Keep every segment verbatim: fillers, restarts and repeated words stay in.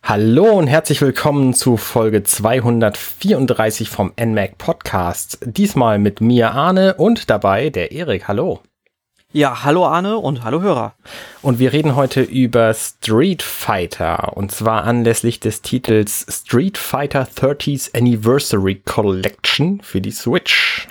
Hallo und herzlich willkommen zu Folge zweihundertvierunddreißig vom N M A C Podcast. Diesmal mit mir Arne und dabei der Erik. Hallo. Ja, hallo Arne und hallo Hörer. Und wir reden heute über Street Fighter und zwar anlässlich des Titels Street Fighter dreißigste Anniversary Collection für die Switch.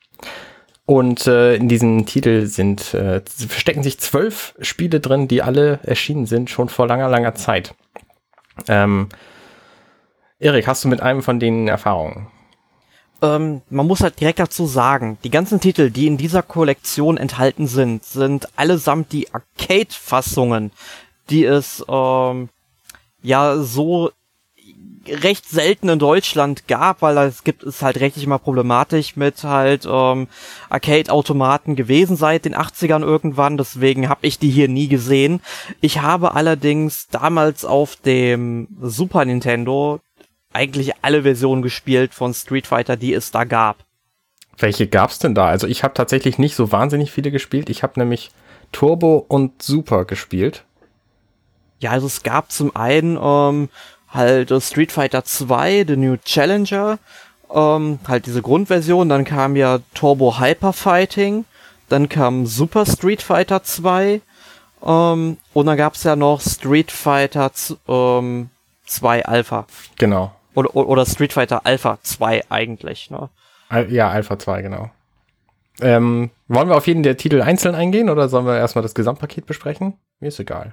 Und äh, in diesem Titel sind äh, verstecken sich zwölf Spiele drin, die alle erschienen sind, schon vor langer, langer Zeit. Ähm, Erik, hast du mit einem von denen Erfahrungen? Ähm, man muss halt direkt dazu sagen, die ganzen Titel, die in dieser Kollektion enthalten sind, sind allesamt die Arcade-Fassungen, die es ähm, ja so recht selten in Deutschland gab, weil es gibt es halt rechtlich immer problematisch mit halt ähm, Arcade-Automaten gewesen seit den achtzigern irgendwann, deswegen habe ich die hier nie gesehen. Ich habe allerdings damals auf dem Super Nintendo eigentlich alle Versionen gespielt von Street Fighter, die es da gab. Welche gab's denn da? Also ich habe tatsächlich nicht so wahnsinnig viele gespielt. Ich habe nämlich Turbo und Super gespielt. Ja, also es gab zum einen ähm, halt uh, Street Fighter zwei, The New Challenger, ähm, halt diese Grundversion, dann kam ja Turbo Hyper Fighting, dann kam Super Street Fighter zwei, ähm, und dann gab's ja noch Street Fighter z- ähm, zwei Alpha. Genau. Oder, oder Street Fighter Alpha zwei eigentlich, ne? Al- ja, Alpha zwei, genau. Ähm, wollen wir auf jeden der Titel einzeln eingehen oder sollen wir erstmal das Gesamtpaket besprechen? Mir ist egal.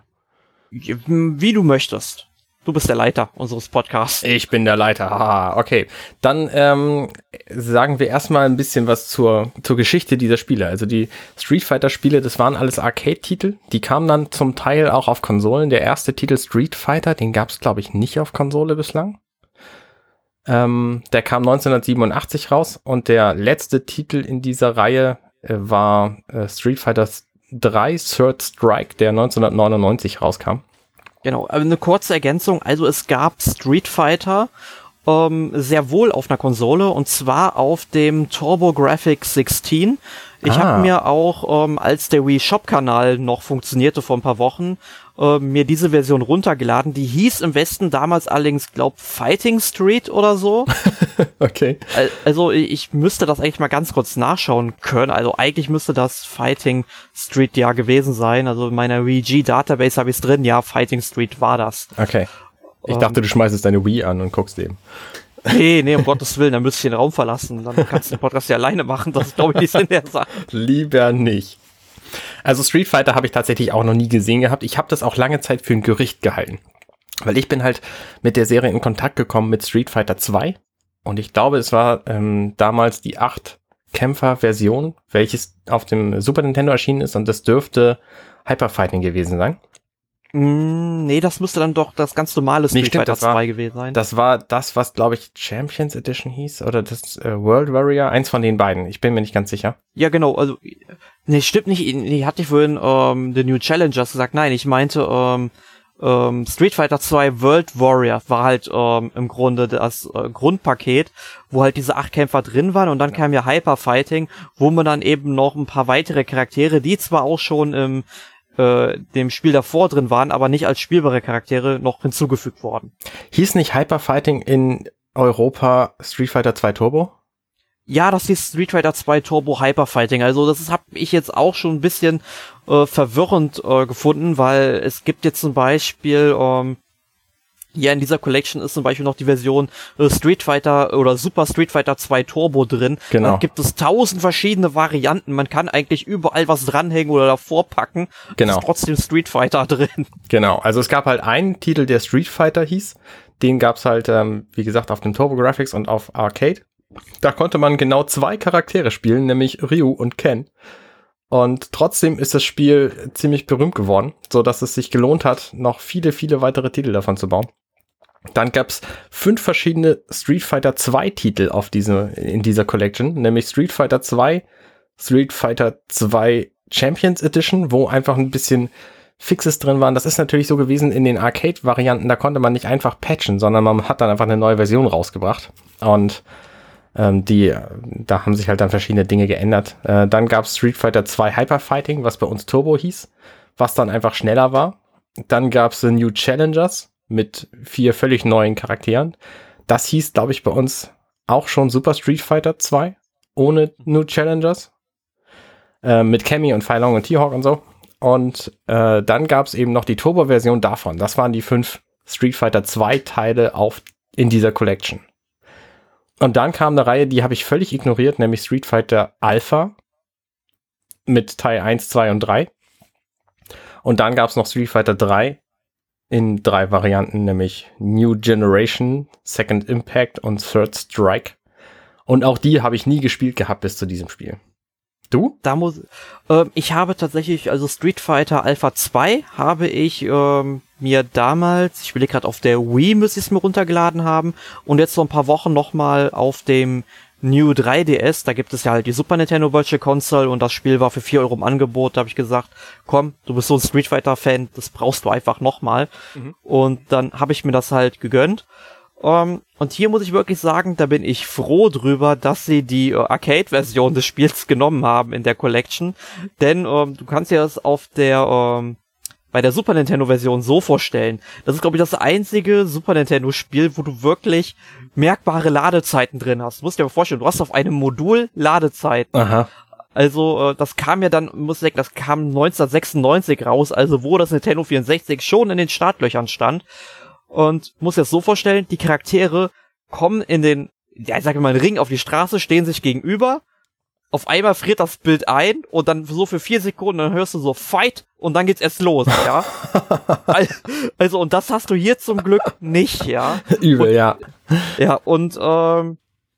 Wie du möchtest. Du bist der Leiter unseres Podcasts. Ich bin der Leiter. Haha, okay. Dann ähm, sagen wir erstmal ein bisschen was zur, zur Geschichte dieser Spiele. Also die Street Fighter Spiele, das waren alles Arcade-Titel. Die kamen dann zum Teil auch auf Konsolen. Der erste Titel Street Fighter, den gab es, glaube ich, nicht auf Konsole bislang. Ähm, der kam neunzehnhundertsiebenundachtzig raus und der letzte Titel in dieser Reihe äh, war äh, Street Fighter drei Third Strike, der neunzehnhundertneunundneunzig rauskam. Genau, aber eine kurze Ergänzung, also es gab Street Fighter ähm, sehr wohl auf einer Konsole und zwar auf dem TurboGrafx sechzehn. Ich Ah. habe mir auch, ähm, als der Wii Shop-Kanal noch funktionierte vor ein paar Wochen, äh, mir diese Version runtergeladen. Die hieß im Westen damals allerdings, glaub, Fighting Street oder so. Okay. Al- Also ich müsste das eigentlich mal ganz kurz nachschauen können. Also eigentlich müsste das Fighting Street ja gewesen sein. Also in meiner Wii G Database habe ich es drin. Ja, Fighting Street war das. Okay. Ich Ähm. dachte, du schmeißt deine Wii an und guckst eben. Nee, nee, um Gottes Willen, dann müsste ich den Raum verlassen. Dann kannst du den Podcast ja alleine machen. Das ist, glaube ich, nicht Sinn der Sache. Lieber nicht. Also Street Fighter habe ich tatsächlich auch noch nie gesehen gehabt. Ich habe das auch lange Zeit für ein Gerücht gehalten. Weil ich bin halt mit der Serie in Kontakt gekommen mit Street Fighter zwei. Und ich glaube, es war ähm, damals die acht-Kämpfer-Version, welches auf dem Super Nintendo erschienen ist. Und das dürfte Hyperfighting gewesen sein. Mm, nee, das müsste dann doch das ganz normale Street Nee, stimmt, Fighter das war- zwei gewesen sein. Das war das, was, glaube ich, Champions Edition hieß. Oder das äh, World Warrior. Eins von den beiden. Ich bin mir nicht ganz sicher. Ja, genau, also, nee, stimmt nicht, nee, hatte ich vorhin, ähm, The New Challengers gesagt, nein, ich meinte, ähm, ähm, Street Fighter zwei World Warrior war halt, ähm, im Grunde das äh, Grundpaket, wo halt diese acht Kämpfer drin waren und dann kam ja Hyper Fighting, wo man dann eben noch ein paar weitere Charaktere, die zwar auch schon im, äh, dem Spiel davor drin waren, aber nicht als spielbare Charaktere noch hinzugefügt worden. Hieß nicht Hyperfighting in Europa Street Fighter zwei Turbo? Ja, das ist Street Fighter zwei Turbo Hyper Fighting. Also das habe ich jetzt auch schon ein bisschen äh, verwirrend äh, gefunden, weil es gibt jetzt zum Beispiel, ähm, hier in dieser Collection ist zum Beispiel noch die Version äh, Street Fighter oder Super Street Fighter zwei Turbo drin. Genau. Da gibt es tausend verschiedene Varianten. Man kann eigentlich überall was dranhängen oder davor packen. Genau. Es ist trotzdem Street Fighter drin. Genau, also es gab halt einen Titel, der Street Fighter hieß. Den gab's halt, ähm, wie gesagt, auf dem TurboGrafx und auf Arcade. Da konnte man genau zwei Charaktere spielen, nämlich Ryu und Ken. Und trotzdem ist das Spiel ziemlich berühmt geworden, so dass es sich gelohnt hat, noch viele, viele weitere Titel davon zu bauen. Dann gab's fünf verschiedene Street Fighter zwei Titel auf diese, in dieser Collection, nämlich Street Fighter zwei, Street Fighter zwei Champions Edition, wo einfach ein bisschen Fixes drin waren. Das ist natürlich so gewesen in den Arcade-Varianten, da konnte man nicht einfach patchen, sondern man hat dann einfach eine neue Version rausgebracht. Und ähm, die, da haben sich halt dann verschiedene Dinge geändert. Äh, dann gab's Street Fighter zwei Hyper Fighting, was bei uns Turbo hieß, was dann einfach schneller war. Dann gab's The New Challengers mit vier völlig neuen Charakteren. Das hieß, glaube ich, bei uns auch schon Super Street Fighter zwei, ohne New Challengers. Äh, mit Cammy und Fei Long und T-Hawk und so. Und äh, dann gab es eben noch die Turbo-Version davon. Das waren die fünf Street Fighter zwei Teile auf, in dieser Collection. Und dann kam eine Reihe, die habe ich völlig ignoriert, nämlich Street Fighter Alpha mit Teil eins, zwei und drei. Und dann gab es noch Street Fighter drei in drei Varianten, nämlich New Generation, Second Impact und Third Strike. Und auch die habe ich nie gespielt gehabt bis zu diesem Spiel. Du? Da muss, äh, ich habe tatsächlich, also Street Fighter Alpha zwei habe ich ähm, mir damals, ich überlege gerade, auf der Wii müsste ich es mir runtergeladen haben und jetzt so ein paar Wochen nochmal auf dem New drei D S, da gibt es ja halt die Super Nintendo Virtual Console und das Spiel war für vier Euro im Angebot, da habe ich gesagt, komm, du bist so ein Street Fighter Fan, das brauchst du einfach nochmal. Mhm. Und dann habe ich mir das halt gegönnt. Um, und hier muss ich wirklich sagen, da bin ich froh drüber, dass sie die uh, Arcade-Version des Spiels genommen haben in der Collection, denn um, du kannst dir das auf der um, bei der Super Nintendo-Version so vorstellen. Das ist, glaube ich, das einzige Super Nintendo-Spiel, wo du wirklich merkbare Ladezeiten drin hast. Du musst dir mal vorstellen, du hast auf einem Modul Ladezeiten. Aha. Also, äh, das kam ja dann, muss ich sagen, das kam neunzehnhundertsechsundneunzig raus, also wo das Nintendo vierundsechzig schon in den Startlöchern stand. Und muss dir das so vorstellen, die Charaktere kommen in den, ja, ich sag mal, Ring auf die Straße, stehen sich gegenüber, auf einmal friert das Bild ein und dann so für vier Sekunden, dann hörst du so Fight und dann geht's erst los, ja. Also, und das hast du hier zum Glück nicht, ja. Übel, und, ja. Ja, und ähm,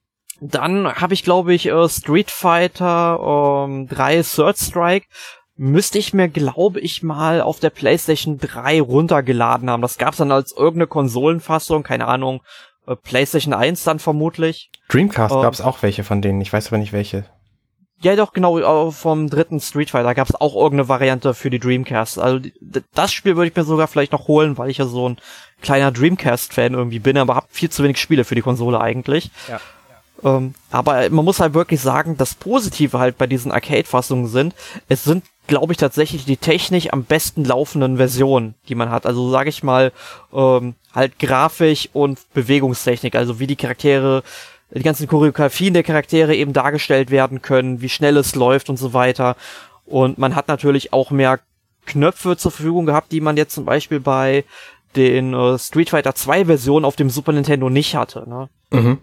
dann habe ich, glaube ich, äh, Street Fighter ähm, drei Third Strike müsste ich mir, glaube ich, mal auf der PlayStation drei runtergeladen haben. Das gab's dann als irgendeine Konsolenfassung, keine Ahnung, äh, PlayStation eins dann vermutlich. Dreamcast äh, gab's auch welche von denen, ich weiß aber nicht welche. Ja, doch, genau, äh, vom dritten Street Fighter gab's auch irgendeine Variante für die Dreamcast. Also die, das Spiel würde ich mir sogar vielleicht noch holen, weil ich ja so ein kleiner Dreamcast-Fan irgendwie bin, aber hab viel zu wenig Spiele für die Konsole eigentlich. Ja. Ähm, aber man muss halt wirklich sagen, das Positive halt bei diesen Arcade-Fassungen sind, es sind, glaube ich, tatsächlich die technisch am besten laufenden Versionen, die man hat. Also sage ich mal, ähm, halt Grafik und Bewegungstechnik, also wie die Charaktere, die ganzen Choreografien der Charaktere eben dargestellt werden können, wie schnell es läuft und so weiter. Und man hat natürlich auch mehr Knöpfe zur Verfügung gehabt, die man jetzt zum Beispiel bei den äh, Street Fighter zwei Versionen auf dem Super Nintendo nicht hatte, ne? Mhm.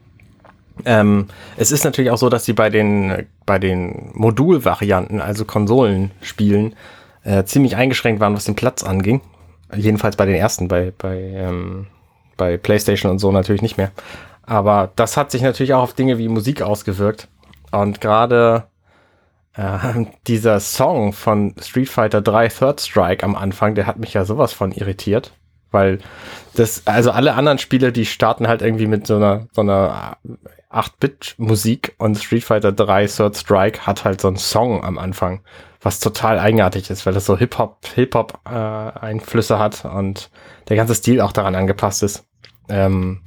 Ähm, es ist natürlich auch so, dass sie bei den bei den Modulvarianten, also Konsolenspielen, äh, ziemlich eingeschränkt waren, was den Platz anging. Jedenfalls bei den ersten, bei bei ähm, bei PlayStation und so natürlich nicht mehr. Aber das hat sich natürlich auch auf Dinge wie Musik ausgewirkt. Und gerade äh, dieser Song von Street Fighter drei Third Strike am Anfang, der hat mich ja sowas von irritiert. Weil das, also alle anderen Spiele, die starten halt irgendwie mit so einer, so einer acht Bit Musik und Street Fighter drei Third Strike hat halt so einen Song am Anfang, was total eigenartig ist, weil das so Hip-Hop, Hip-Hop äh, Einflüsse hat und der ganze Stil auch daran angepasst ist. Ähm,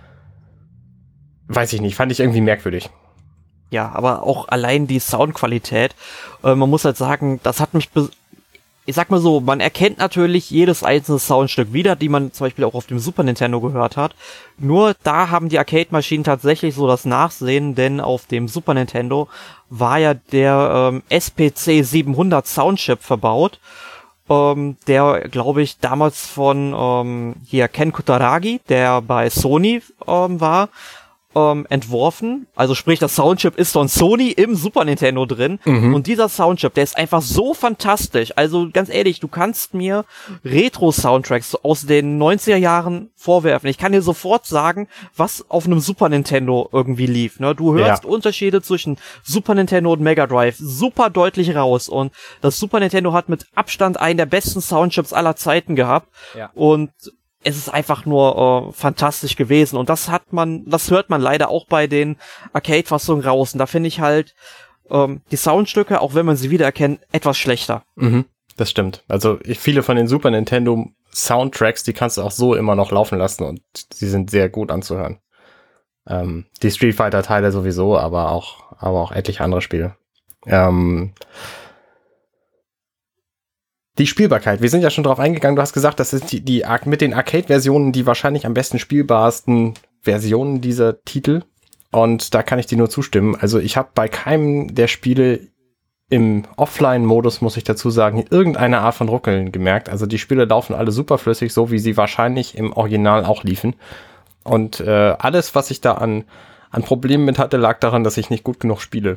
weiß ich nicht, fand ich irgendwie merkwürdig. Ja, aber auch allein die Soundqualität, äh, man muss halt sagen, das hat mich be- ich sag mal so, man erkennt natürlich jedes einzelne Soundstück wieder, die man zum Beispiel auch auf dem Super Nintendo gehört hat. Nur da haben die Arcade-Maschinen tatsächlich so das Nachsehen, denn auf dem Super Nintendo war ja der ähm, S P C siebenhundert Soundchip verbaut, ähm, der, glaube ich, damals von ähm, hier Ken Kutaragi, der bei Sony ähm, war, Ähm, entworfen, also sprich, das Soundchip ist von Sony im Super Nintendo drin mhm. und dieser Soundchip, der ist einfach so fantastisch, also ganz ehrlich, du kannst mir Retro-Soundtracks aus den neunziger Jahren vorwerfen, ich kann dir sofort sagen, was auf einem Super Nintendo irgendwie lief, ne? Du hörst ja. Unterschiede zwischen Super Nintendo und Mega Drive super deutlich raus und das Super Nintendo hat mit Abstand einen der besten Soundchips aller Zeiten gehabt ja. und es ist einfach nur äh, fantastisch gewesen und das hat man, das hört man leider auch bei den Arcade-Fassungen raus und da finde ich halt ähm, die Soundstücke, auch wenn man sie wiedererkennt, etwas schlechter. Mhm, das stimmt. Also ich, viele von den Super Nintendo Soundtracks, die kannst du auch so immer noch laufen lassen und sie sind sehr gut anzuhören. Ähm, die Street Fighter Teile sowieso, aber auch, aber auch etliche andere Spiele. Ähm, Die Spielbarkeit. Wir sind ja schon drauf eingegangen. Du hast gesagt, das ist die, die mit den Arcade-Versionen die wahrscheinlich am besten spielbarsten Versionen dieser Titel. Und da kann ich dir nur zustimmen. Also ich habe bei keinem der Spiele im Offline-Modus, muss ich dazu sagen, irgendeine Art von Ruckeln gemerkt. Also die Spiele laufen alle superflüssig, so wie sie wahrscheinlich im Original auch liefen. Und äh, alles, was ich da an, an Problemen mit hatte, lag daran, dass ich nicht gut genug spiele.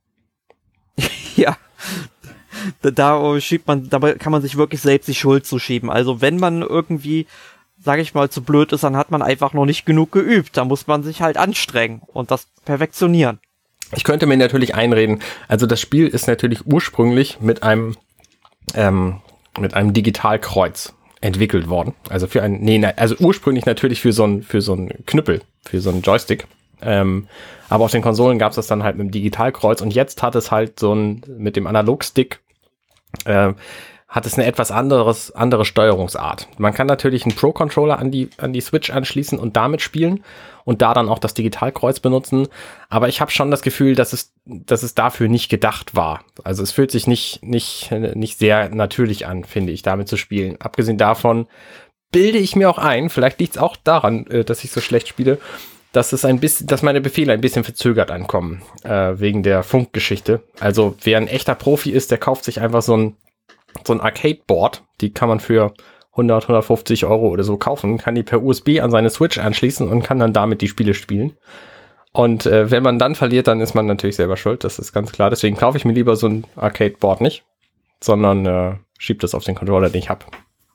Ja. Da, da schiebt man, dabei kann man sich wirklich selbst die Schuld zuschieben. Also wenn man irgendwie, sage ich mal, zu blöd ist, dann hat man einfach noch nicht genug geübt. Da muss man sich halt anstrengen und das perfektionieren. Ich könnte mir natürlich einreden, also das Spiel ist natürlich ursprünglich mit einem ähm, mit einem Digitalkreuz entwickelt worden. Also für ein, nee, also ursprünglich natürlich für so ein für so ein Knüppel, für so einen Joystick. Ähm, aber auf den Konsolen gab es das dann halt mit dem Digitalkreuz und jetzt hat es halt so ein mit dem Analogstick äh, hat es eine etwas anderes andere Steuerungsart. Man kann natürlich einen Pro-Controller an die an die Switch anschließen und damit spielen und da dann auch das Digitalkreuz benutzen. Aber ich habe schon das Gefühl, dass es dass es dafür nicht gedacht war. Also es fühlt sich nicht nicht nicht sehr natürlich an, finde ich, damit zu spielen. Abgesehen davon bilde ich mir auch ein, vielleicht liegt es auch daran, dass ich so schlecht spiele, dass es ein bisschen, dass meine Befehle ein bisschen verzögert ankommen, äh, wegen der Funkgeschichte. Also wer ein echter Profi ist, der kauft sich einfach so ein, so ein Arcade-Board. Die kann man für hundert, hundertfünfzig Euro oder so kaufen, kann die per U S B an seine Switch anschließen und kann dann damit die Spiele spielen. Und äh, wenn man dann verliert, dann ist man natürlich selber schuld, das ist ganz klar. Deswegen kaufe ich mir lieber so ein Arcade-Board nicht, sondern äh, schiebe das auf den Controller, den ich habe.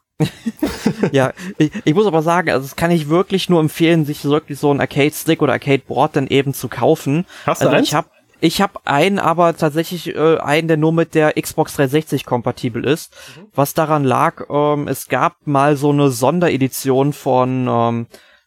Ja, ich, ich muss aber sagen, also das kann ich wirklich nur empfehlen, sich wirklich so ein Arcade-Stick oder Arcade-Board dann eben zu kaufen. Hast du also eins? Ich habe ich hab einen, aber tatsächlich äh, einen, der nur mit der Xbox dreihundertsechzig kompatibel ist. Mhm. Was daran lag, ähm, es gab mal so eine Sonderedition von ähm,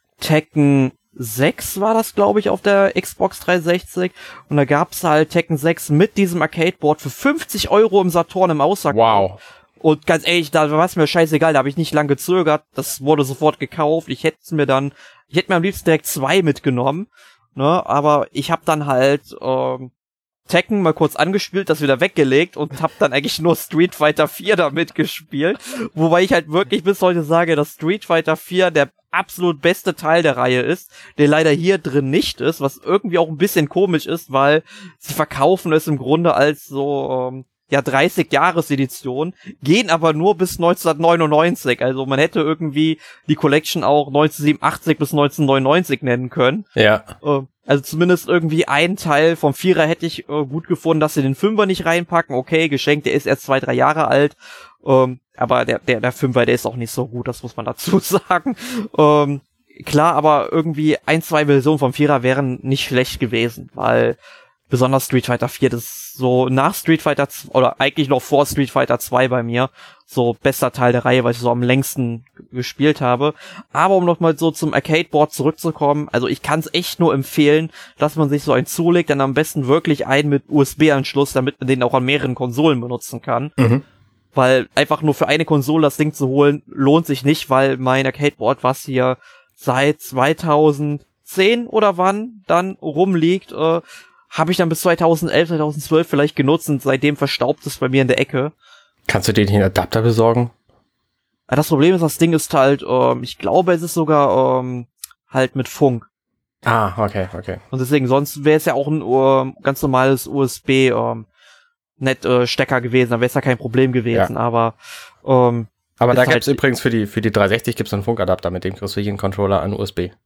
Tekken sechs war das, glaube ich, auf der Xbox dreihundertsechzig. Und da gab's halt Tekken sechs mit diesem Arcade-Board für fünfzig Euro im Saturn im Ausverkauf. Wow. Und ganz ehrlich, da war es mir scheißegal, da habe ich nicht lang gezögert, das wurde sofort gekauft, ich hätte es mir dann, ich hätte mir am liebsten direkt zwei mitgenommen, ne, aber ich habe dann halt ähm, Tekken mal kurz angespielt, das wieder weggelegt und habe dann eigentlich nur Street Fighter vier damit gespielt, wobei ich halt wirklich bis heute sage, dass Street Fighter vier der absolut beste Teil der Reihe ist, der leider hier drin nicht ist, was irgendwie auch ein bisschen komisch ist, weil sie verkaufen es im Grunde als so ähm, ja dreißig-Jahres-Edition, gehen aber nur bis neunzehnhundertneunundneunzig. Also man hätte irgendwie die Collection auch neunzehnhundertsiebenundachtzig bis neunzehnhundertneunundneunzig nennen können. Ja. Also zumindest irgendwie ein Teil vom Vierer hätte ich äh, gut gefunden, dass sie den Fünfer nicht reinpacken. Okay, geschenkt, der ist erst zwei, drei Jahre alt. Ähm, aber der, der, der Fünfer, der ist auch nicht so gut, das muss man dazu sagen. Ähm, klar, aber irgendwie ein, zwei Versionen vom Vierer wären nicht schlecht gewesen, weil besonders Street Fighter vier, das ist so nach Street Fighter zwei, oder eigentlich noch vor Street Fighter zwei bei mir, so bester Teil der Reihe, weil ich so am längsten gespielt habe. Aber um nochmal so zum Arcade-Board zurückzukommen, also ich kann es echt nur empfehlen, dass man sich so einen zulegt, dann am besten wirklich einen mit U S B-Anschluss, damit man den auch an mehreren Konsolen benutzen kann. Mhm. Weil einfach nur für eine Konsole das Ding zu holen, lohnt sich nicht, weil mein Arcade-Board, was hier seit zweitausendzehn oder wann dann rumliegt, äh, habe ich dann bis zweitausendelf, zweitausendzwölf vielleicht genutzt und seitdem verstaubt es bei mir in der Ecke. Kannst du dir den Adapter besorgen? Das Problem ist, das Ding ist halt, ähm, ich glaube, es ist sogar ähm, halt mit Funk. Ah, okay, okay. Und deswegen, sonst wäre es ja auch ein äh, ganz normales U S B ähm, Net äh, Stecker gewesen, dann wäre es ja kein Problem gewesen, ja. aber ähm, aber da gibt's halt übrigens für die für die dreihundertsechzig gibt's einen Funkadapter, mit dem kriegst du jeden Controller an U S B.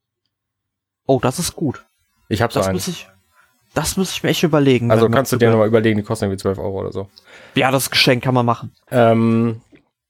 Oh, das ist gut. Ich hab so das einen. Muss ich, das muss ich mir echt überlegen. Also kannst du dir nochmal überlegen, die kosten irgendwie zwölf Euro oder so. Ja, das Geschenk kann man machen. Ähm,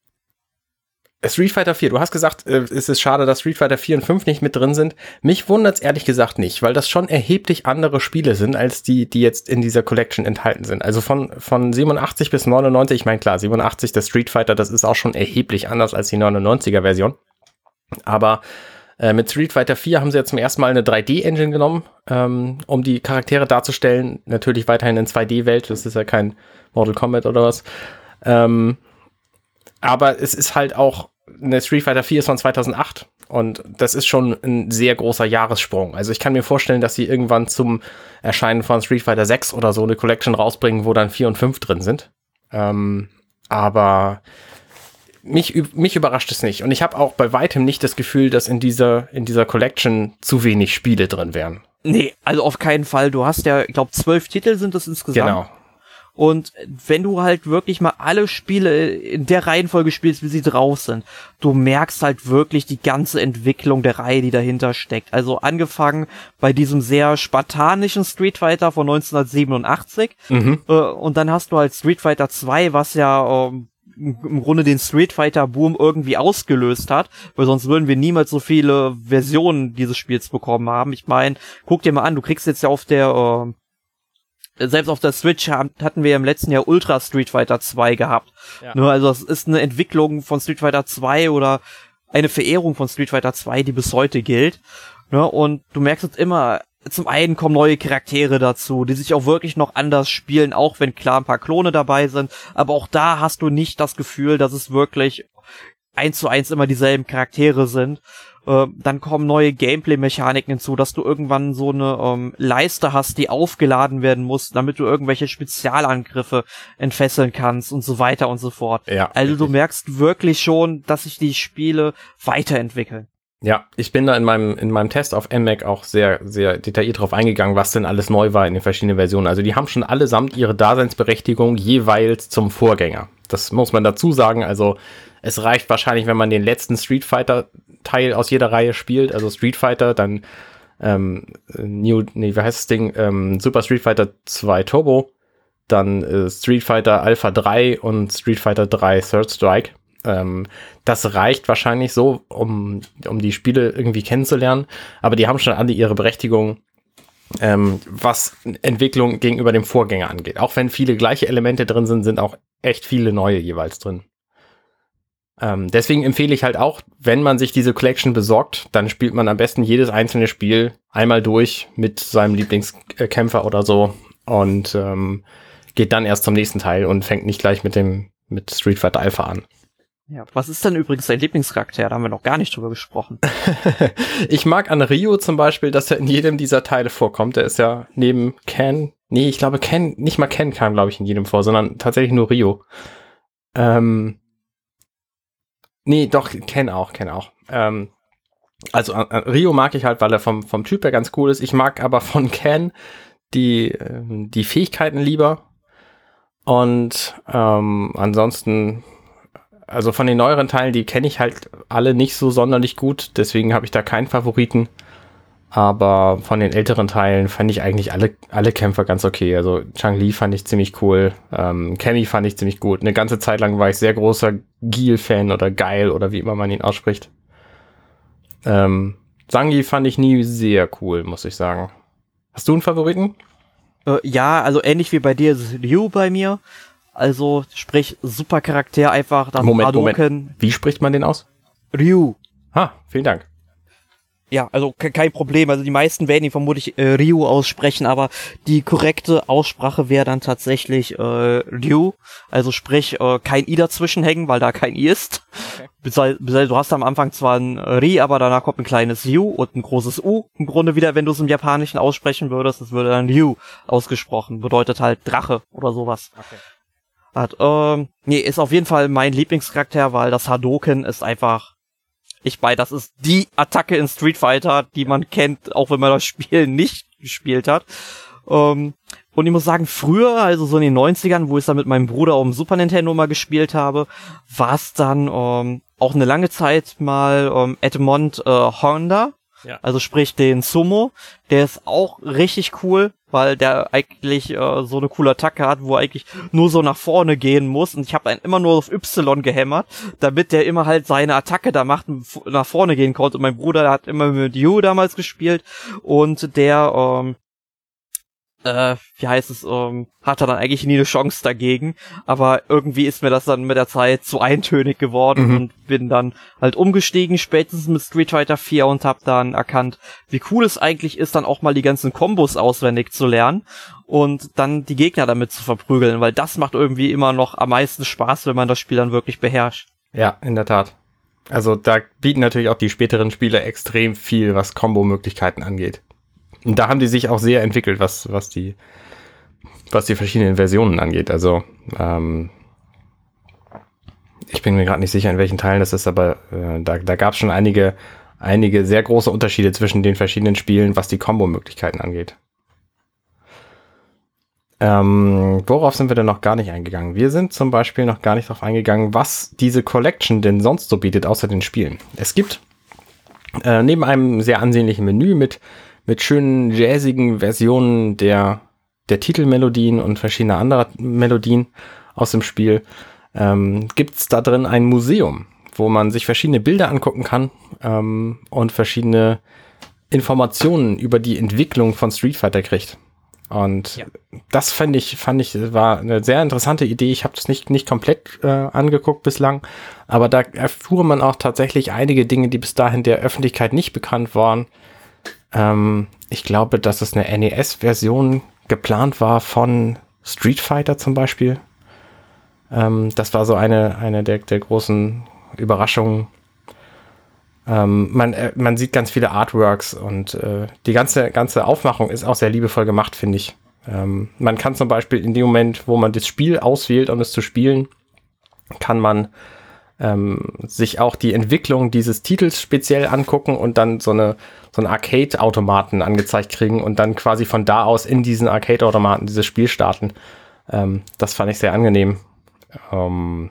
Street Fighter vier, du hast gesagt, äh, es ist schade, dass Street Fighter vier und fünf nicht mit drin sind. Mich wundert's ehrlich gesagt nicht, weil das schon erheblich andere Spiele sind, als die, die jetzt in dieser Collection enthalten sind. Also von, von siebenundachtzig bis neunundneunzig, ich meine klar, siebenundachtzig, das Street Fighter, das ist auch schon erheblich anders als die neunundneunziger Version. Aber äh, mit Street Fighter vier haben sie jetzt zum ersten Mal eine drei D-Engine genommen, ähm, um die Charaktere darzustellen. Natürlich weiterhin in zwei D-Welt, das ist ja kein Mortal Kombat oder was. Ähm, Aber es ist halt auch, eine Street Fighter vier ist von zweitausendacht und das ist schon ein sehr großer Jahressprung. Also ich kann mir vorstellen, dass sie irgendwann zum Erscheinen von Street Fighter sechs oder so eine Collection rausbringen, wo dann vier und fünf drin sind. Ähm, aber mich, mich überrascht es nicht. Und ich habe auch bei weitem nicht das Gefühl, dass in dieser, in dieser Collection zu wenig Spiele drin wären. Nee, also auf keinen Fall. Du hast ja, ich glaube, zwölf Titel sind das insgesamt. Genau. Und wenn du halt wirklich mal alle Spiele in der Reihenfolge spielst, wie sie drauf sind, du merkst halt wirklich die ganze Entwicklung der Reihe, die dahinter steckt. Also angefangen bei diesem sehr spartanischen Street Fighter von neunzehnhundertsiebenundachtzig. Mhm. Äh, und dann hast du halt Street Fighter zwei, was ja ähm, im Grunde den Street Fighter Boom irgendwie ausgelöst hat, weil sonst würden wir niemals so viele Versionen dieses Spiels bekommen haben. Ich meine, guck dir mal an, du kriegst jetzt ja auf der äh, selbst auf der Switch hatten wir im letzten Jahr Ultra Street Fighter zwei gehabt. Ja. Ne, also das ist eine Entwicklung von Street Fighter zwei oder eine Verehrung von Street Fighter zwei, die bis heute gilt. Ne, und du merkst es immer, zum einen kommen neue Charaktere dazu, die sich auch wirklich noch anders spielen, auch wenn klar ein paar Klone dabei sind. Aber auch da hast du nicht das Gefühl, dass es wirklich eins zu eins immer dieselben Charaktere sind. Dann kommen neue Gameplay-Mechaniken hinzu, dass du irgendwann so eine ähm, Leiste hast, die aufgeladen werden muss, damit du irgendwelche Spezialangriffe entfesseln kannst und so weiter und so fort. Ja, also richtig. Du merkst wirklich schon, dass sich die Spiele weiterentwickeln. Ja, ich bin da in meinem in meinem Test auf N M A C auch sehr, sehr detailliert drauf eingegangen, was denn alles neu war in den verschiedenen Versionen. Also die haben schon allesamt ihre Daseinsberechtigung jeweils zum Vorgänger. Das muss man dazu sagen, also es reicht wahrscheinlich, wenn man den letzten Street Fighter Teil aus jeder Reihe spielt, also Street Fighter, dann ähm, New, nee, wie heißt das Ding? Ähm, Super Street Fighter zwei Turbo, dann äh, Street Fighter Alpha drei und Street Fighter drei Third Strike. Ähm, das reicht wahrscheinlich so, um, um die Spiele irgendwie kennenzulernen, aber die haben schon alle ihre Berechtigung, ähm, was Entwicklung gegenüber dem Vorgänger angeht. Auch wenn viele gleiche Elemente drin sind, sind auch echt viele neue jeweils drin. Ähm, deswegen empfehle ich halt auch, wenn man sich diese Collection besorgt, dann spielt man am besten jedes einzelne Spiel einmal durch mit seinem Lieblingskämpfer oder so und ähm, geht dann erst zum nächsten Teil und fängt nicht gleich mit dem mit Street Fighter Alpha an. Ja, was ist denn übrigens dein Lieblingscharakter? Da haben wir noch gar nicht drüber gesprochen. Ich mag an Ryu zum Beispiel, dass er in jedem dieser Teile vorkommt. Der ist ja neben Ken, nee, ich glaube Ken, nicht mal Ken kam, glaube ich, in jedem vor, sondern tatsächlich nur Ryu. Ähm, Nee, doch, Ken auch, Ken auch. Ähm, also äh, Ryu mag ich halt, weil er vom, vom Typ her ganz cool ist. Ich mag aber von Ken die, äh, die Fähigkeiten lieber. Und ähm, ansonsten, also von den neueren Teilen, die kenne ich halt alle nicht so sonderlich gut. Deswegen habe ich da keinen Favoriten. Aber von den älteren Teilen fand ich eigentlich alle, alle Kämpfer ganz okay. Also Chang-Li fand ich ziemlich cool. Ähm, Cammy fand ich ziemlich gut. Eine ganze Zeit lang war ich sehr großer Guile-Fan oder Geil oder wie immer man ihn ausspricht. Ähm, Zangi fand ich nie sehr cool, muss ich sagen. Hast du einen Favoriten? Äh, ja, also ähnlich wie bei dir ist Ryu bei mir. Also sprich, super Charakter einfach. Das Moment, Moment. Wie spricht man den aus? Ryu. Ah, vielen Dank. Ja, also ke- kein Problem. Also die meisten werden ihn vermutlich äh, Ryu aussprechen, aber die korrekte Aussprache wäre dann tatsächlich äh, Ryu. Also sprich, äh, kein I dazwischen hängen, weil da kein I ist. Okay. Besei- besei- du hast am Anfang zwar ein Ri, aber danach kommt ein kleines U und ein großes U. Im Grunde wieder, wenn du es im Japanischen aussprechen würdest, das würde dann Ryu ausgesprochen. Bedeutet halt Drache oder sowas. Okay. Hat, ähm, nee, ist auf jeden Fall mein Lieblingscharakter, weil das Hadouken ist einfach... Ich bei, das ist die Attacke in Street Fighter, die man kennt, auch wenn man das Spiel nicht gespielt hat. Ähm, und ich muss sagen, früher, also so in den neunzigern, wo ich es dann mit meinem Bruder auf dem Super Nintendo mal gespielt habe, war es dann ähm, auch eine lange Zeit mal ähm, Edmond äh, Honda. Ja. Also sprich den Sumo. Der ist auch richtig cool, weil der eigentlich äh, so eine coole Attacke hat, wo er eigentlich nur so nach vorne gehen muss. Und ich habe einen immer nur auf Y gehämmert, damit der immer halt seine Attacke da macht und nach vorne gehen konnte. Und mein Bruder der hat immer mit Yu damals gespielt. Und der, ähm, äh, wie heißt es, ähm, hatte dann eigentlich nie eine Chance dagegen. Aber irgendwie ist mir das dann mit der Zeit zu eintönig geworden mhm. und bin dann halt umgestiegen, spätestens mit Street Fighter vier und hab dann erkannt, wie cool es eigentlich ist, dann auch mal die ganzen Kombos auswendig zu lernen und dann die Gegner damit zu verprügeln, weil das macht irgendwie immer noch am meisten Spaß, wenn man das Spiel dann wirklich beherrscht. Ja, in der Tat. Also da bieten natürlich auch die späteren Spiele extrem viel, was Kombo-Möglichkeiten angeht. Und da haben die sich auch sehr entwickelt, was, was die, was die verschiedenen Versionen angeht. Also, ähm, Ich bin mir gerade nicht sicher, in welchen Teilen das ist, aber äh, da, da gab es schon einige, einige sehr große Unterschiede zwischen den verschiedenen Spielen, was die Kombo-Möglichkeiten angeht. Ähm, worauf sind wir denn noch gar nicht eingegangen? Wir sind zum Beispiel noch gar nicht darauf eingegangen, was diese Collection denn sonst so bietet, außer den Spielen. Es gibt äh, neben einem sehr ansehnlichen Menü mit, mit schönen jazzigen Versionen der, der Titelmelodien und verschiedener anderer Melodien aus dem Spiel, ähm, gibt es da drin ein Museum, wo man sich verschiedene Bilder angucken kann ähm, und verschiedene Informationen über die Entwicklung von Street Fighter kriegt. Und ja. das fand ich, fand ich, war eine sehr interessante Idee. Ich habe das nicht, nicht komplett äh, angeguckt bislang, aber da erfuhr man auch tatsächlich einige Dinge, die bis dahin der Öffentlichkeit nicht bekannt waren. Ähm, ich glaube, dass es eine N E S-Version geplant war von Street Fighter zum Beispiel. Ähm, das war so eine, eine der, der großen Überraschungen. Ähm, man, äh, man sieht ganz viele Artworks und äh, die ganze, ganze Aufmachung ist auch sehr liebevoll gemacht, finde ich. Ähm, man kann zum Beispiel in dem Moment, wo man das Spiel auswählt, um es zu spielen, kann man ähm, sich auch die Entwicklung dieses Titels speziell angucken und dann so eine so einen Arcade-Automaten angezeigt kriegen und dann quasi von da aus in diesen Arcade-Automaten dieses Spiel starten. Ähm, das fand ich sehr angenehm. Ähm,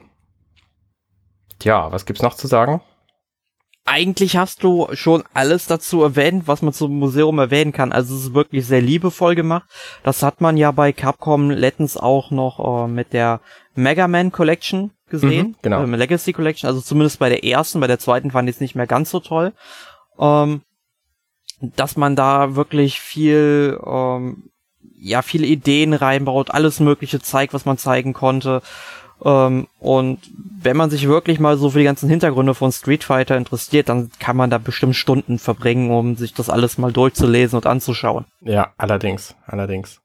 ja, was gibt's noch zu sagen? Eigentlich hast du schon alles dazu erwähnt, was man zum Museum erwähnen kann. Also es ist wirklich sehr liebevoll gemacht. Das hat man ja bei Capcom letztens auch noch äh, mit der Mega Man Collection gesehen. Mhm, genau. Äh, Legacy Collection, also zumindest bei der ersten, bei der zweiten fand ich es nicht mehr ganz so toll. Ähm, dass man da wirklich viel, ähm, ja, viele Ideen reinbaut, alles Mögliche zeigt, was man zeigen konnte. Um, und wenn man sich wirklich mal so für die ganzen Hintergründe von Street Fighter interessiert, dann kann man da bestimmt Stunden verbringen, um sich das alles mal durchzulesen und anzuschauen. Ja, allerdings, allerdings.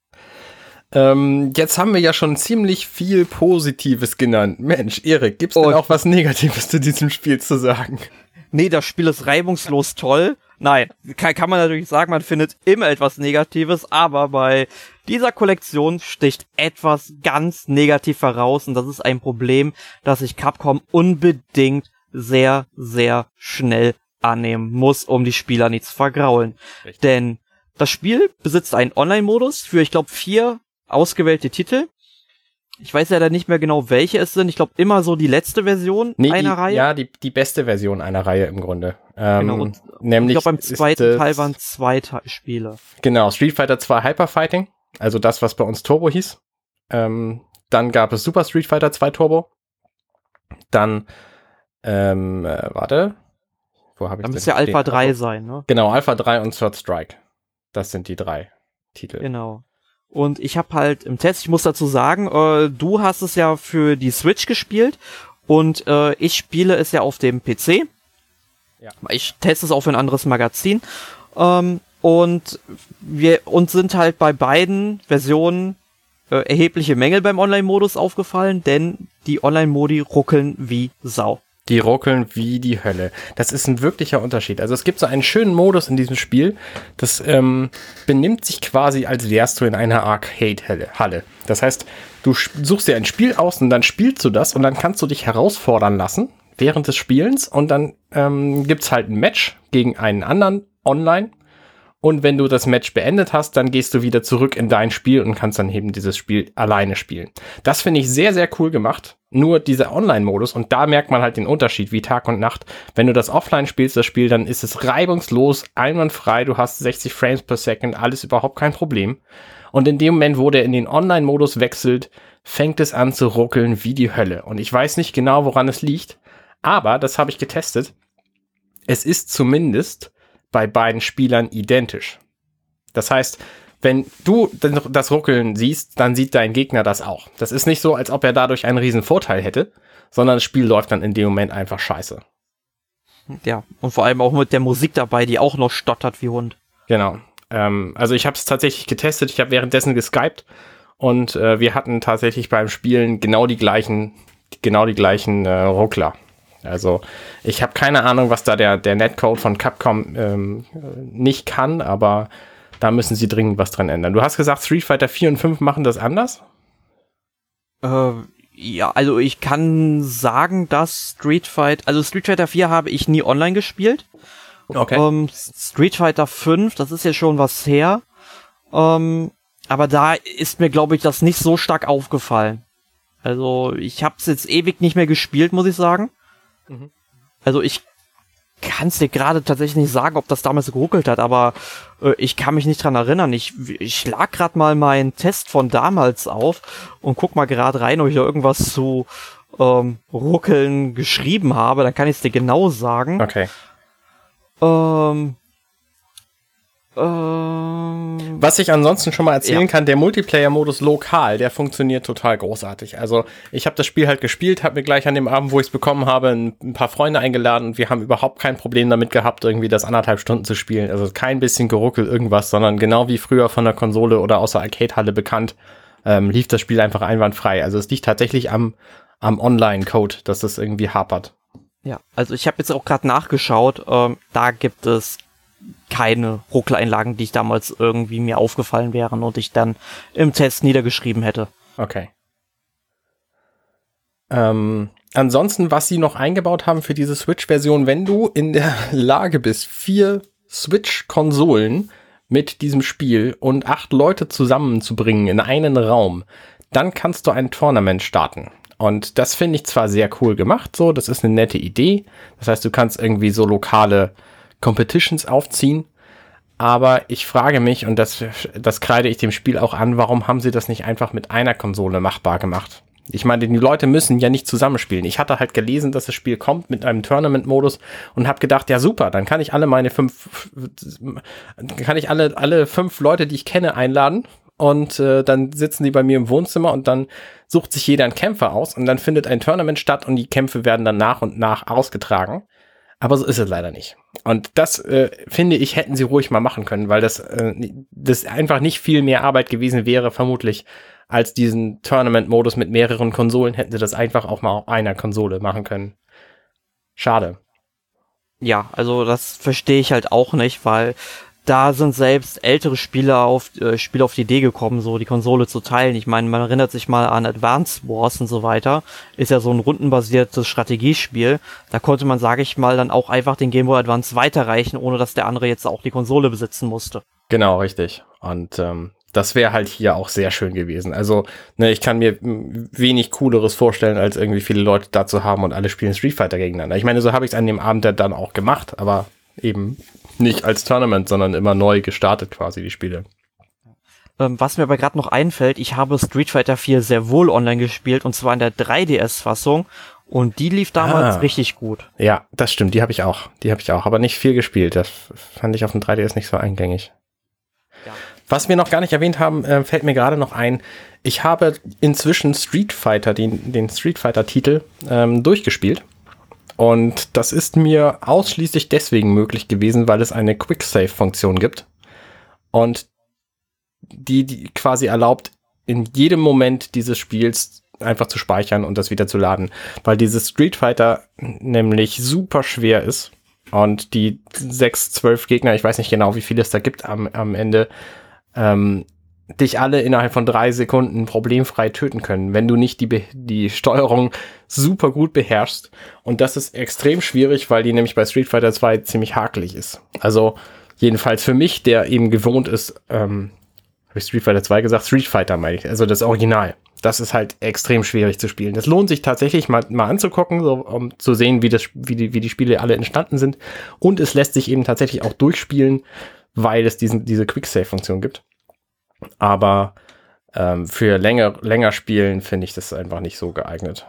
Ähm, jetzt haben wir ja schon ziemlich viel Positives genannt. Mensch, Erik, gibt's denn oh, auch was Negatives zu diesem Spiel zu sagen? Nee, das Spiel ist reibungslos toll. Nein, kann, kann man natürlich sagen, man findet immer etwas Negatives, aber bei dieser Kollektion sticht etwas ganz negativ heraus und das ist ein Problem, das sich Capcom unbedingt sehr, sehr schnell annehmen muss, um die Spieler nicht zu vergraulen. Richtig. Denn das Spiel besitzt einen Online-Modus für, ich glaube, vier ausgewählte Titel. Ich weiß ja dann nicht mehr genau, welche es sind. Ich glaube, immer so die letzte Version nee, einer die, Reihe. Ja, die, die beste Version einer Reihe im Grunde. Ähm, genau. Und nämlich ich glaube, beim zweiten Teil waren zwei Te- Spiele. Genau, Street Fighter zwei Hyper Fighting. Also das, was bei uns Turbo hieß. Ähm, dann gab es Super Street Fighter zwei Turbo. Dann, ähm, äh, warte. Wo habe ich Dann müsste ja Alpha drei sein, ne? Genau, Alpha drei und Third Strike. Das sind die drei Titel. Genau. Und ich habe halt im Test, ich muss dazu sagen, äh, du hast es ja für die Switch gespielt und äh, ich spiele es ja auf dem P C. Ja. Ich teste es auch für ein anderes Magazin. Ähm, und wir uns sind halt bei beiden Versionen äh, erhebliche Mängel beim Online-Modus aufgefallen, denn die Online-Modi ruckeln wie Sau. Die ruckeln wie die Hölle. Das ist ein wirklicher Unterschied. Also es gibt so einen schönen Modus in diesem Spiel, das ähm, benimmt sich quasi, als wärst du in einer Arcade-Halle. Das heißt, du suchst dir ein Spiel aus und dann spielst du das und dann kannst du dich herausfordern lassen während des Spielens und dann ähm, gibt's halt ein Match gegen einen anderen online. Und wenn du das Match beendet hast, dann gehst du wieder zurück in dein Spiel und kannst dann eben dieses Spiel alleine spielen. Das finde ich sehr, sehr cool gemacht. Nur dieser Online-Modus, und da merkt man halt den Unterschied wie Tag und Nacht. Wenn du das offline spielst, das Spiel, dann ist es reibungslos, einwandfrei, du hast sechzig Frames per Second, alles überhaupt kein Problem. Und in dem Moment, wo der in den Online-Modus wechselt, fängt es an zu ruckeln wie die Hölle. Und ich weiß nicht genau, woran es liegt, aber das habe ich getestet. Es ist zumindest bei beiden Spielern identisch. Das heißt, wenn du das Ruckeln siehst, dann sieht dein Gegner das auch. Das ist nicht so, als ob er dadurch einen riesen Vorteil hätte, sondern das Spiel läuft dann in dem Moment einfach scheiße. Ja, und vor allem auch mit der Musik dabei, die auch noch stottert wie Hund. Genau. Ähm, also ich habe es tatsächlich getestet, ich habe währenddessen geskypt und äh, wir hatten tatsächlich beim Spielen genau die gleichen, genau die gleichen äh, Ruckler. Also ich habe keine Ahnung, was da der, der Netcode von Capcom ähm, nicht kann, aber da müssen sie dringend was dran ändern. Du hast gesagt, Street Fighter vier und fünf machen das anders? Äh, Ja, also ich kann sagen, dass Street Fighter, also Street Fighter vier habe ich nie online gespielt. Okay. Ähm, Street Fighter fünf, das ist ja schon was her. Ähm, aber da ist mir, glaube ich, das nicht so stark aufgefallen. Also ich habe es jetzt ewig nicht mehr gespielt, muss ich sagen. Mhm. Also ich kann es dir gerade tatsächlich nicht sagen, ob das damals geruckelt hat, aber äh, ich kann mich nicht dran erinnern. Ich, ich lag gerade mal meinen Test von damals auf und guck mal gerade rein, ob ich da irgendwas zu ähm, Ruckeln geschrieben habe. Dann kann ich es dir genau sagen. Okay. Ähm, ähm, Was ich ansonsten schon mal erzählen ja. kann, der Multiplayer-Modus lokal, der funktioniert total großartig. Also ich habe das Spiel halt gespielt, habe mir gleich an dem Abend, wo ich es bekommen habe, ein, ein paar Freunde eingeladen und wir haben überhaupt kein Problem damit gehabt, irgendwie das anderthalb Stunden zu spielen. Also kein bisschen geruckelt irgendwas, sondern genau wie früher von der Konsole oder aus der Arcade-Halle bekannt, ähm, lief das Spiel einfach einwandfrei. Also es liegt tatsächlich am, am Online-Code, dass das irgendwie hapert. Ja, also ich habe jetzt auch gerade nachgeschaut, ähm, da gibt es keine Ruckeleinlagen, die ich damals irgendwie mir aufgefallen wären und ich dann im Test niedergeschrieben hätte. Okay. Ähm, ansonsten, was sie noch eingebaut haben für diese Switch-Version, wenn du in der Lage bist, vier Switch-Konsolen mit diesem Spiel und acht Leute zusammenzubringen in einen Raum, dann kannst du ein Tournament starten. Und das finde ich zwar sehr cool gemacht, so, das ist eine nette Idee. Das heißt, du kannst irgendwie so lokale Competitions aufziehen. Aber ich frage mich, und das, das kreide ich dem Spiel auch an, warum haben sie das nicht einfach mit einer Konsole machbar gemacht? Ich meine, die Leute müssen ja nicht zusammenspielen. Ich hatte halt gelesen, dass das Spiel kommt mit einem Tournament-Modus und habe gedacht, ja super, dann kann ich alle meine fünf, kann ich alle, alle fünf Leute, die ich kenne, einladen. Und äh, dann sitzen die bei mir im Wohnzimmer und dann sucht sich jeder einen Kämpfer aus und dann findet ein Tournament statt und die Kämpfe werden dann nach und nach ausgetragen. Aber so ist es leider nicht. Und das, äh, finde ich, hätten sie ruhig mal machen können, weil das, äh, das einfach nicht viel mehr Arbeit gewesen wäre, vermutlich, als diesen Tournament-Modus mit mehreren Konsolen, hätten sie das einfach auch mal auf einer Konsole machen können. Schade. Ja, also das verstehe ich halt auch nicht, weil da sind selbst ältere Spieler auf, äh, Spieler auf die Idee gekommen, so die Konsole zu teilen. Ich meine, man erinnert sich mal an Advance Wars und so weiter. Ist ja so ein rundenbasiertes Strategiespiel. Da konnte man, sage ich mal, dann auch einfach den Game Boy Advance weiterreichen, ohne dass der andere jetzt auch die Konsole besitzen musste. Genau, richtig. Und ähm, das wäre halt hier auch sehr schön gewesen. Also, ne, ich kann mir wenig Cooleres vorstellen, als irgendwie viele Leute da zu haben und alle spielen Street Fighter gegeneinander. Ich meine, so habe ich es an dem Abend dann auch gemacht, aber eben nicht als Tournament, sondern immer neu gestartet quasi, die Spiele. Ähm, was mir aber gerade noch einfällt, ich habe Street Fighter vier sehr wohl online gespielt, und zwar in der drei D S-Fassung, und die lief damals ah. richtig gut. Ja, das stimmt, die habe ich auch. Die habe ich auch, aber nicht viel gespielt. Das fand ich auf dem drei D S nicht so eingängig. Ja. Was wir noch gar nicht erwähnt haben, äh, fällt mir gerade noch ein. Ich habe inzwischen Street Fighter, den, den Street Fighter-Titel, ähm, durchgespielt. Und das ist mir ausschließlich deswegen möglich gewesen, weil es eine Quick-Save-Funktion gibt. Und die, die quasi erlaubt, in jedem Moment dieses Spiels einfach zu speichern und das wieder zu laden. Weil dieses Street Fighter nämlich super schwer ist. Und die sechs, zwölf Gegner, ich weiß nicht genau, wie viele es da gibt am, am Ende, ähm, dich alle innerhalb von drei Sekunden problemfrei töten können, wenn du nicht die, Be- die Steuerung super gut beherrschst. Und das ist extrem schwierig, weil die nämlich bei Street Fighter zwei ziemlich hakelig ist. Also jedenfalls für mich, der eben gewohnt ist, ähm, habe ich Street Fighter zwei gesagt? Street Fighter meine ich, also das Original. Das ist halt extrem schwierig zu spielen. Das lohnt sich tatsächlich mal, mal anzugucken, so, um zu sehen, wie, das, wie, die, wie die Spiele alle entstanden sind. Und es lässt sich eben tatsächlich auch durchspielen, weil es diesen, diese Quick-Save-Funktion gibt. Aber ähm, für länger, länger spielen finde ich das einfach nicht so geeignet.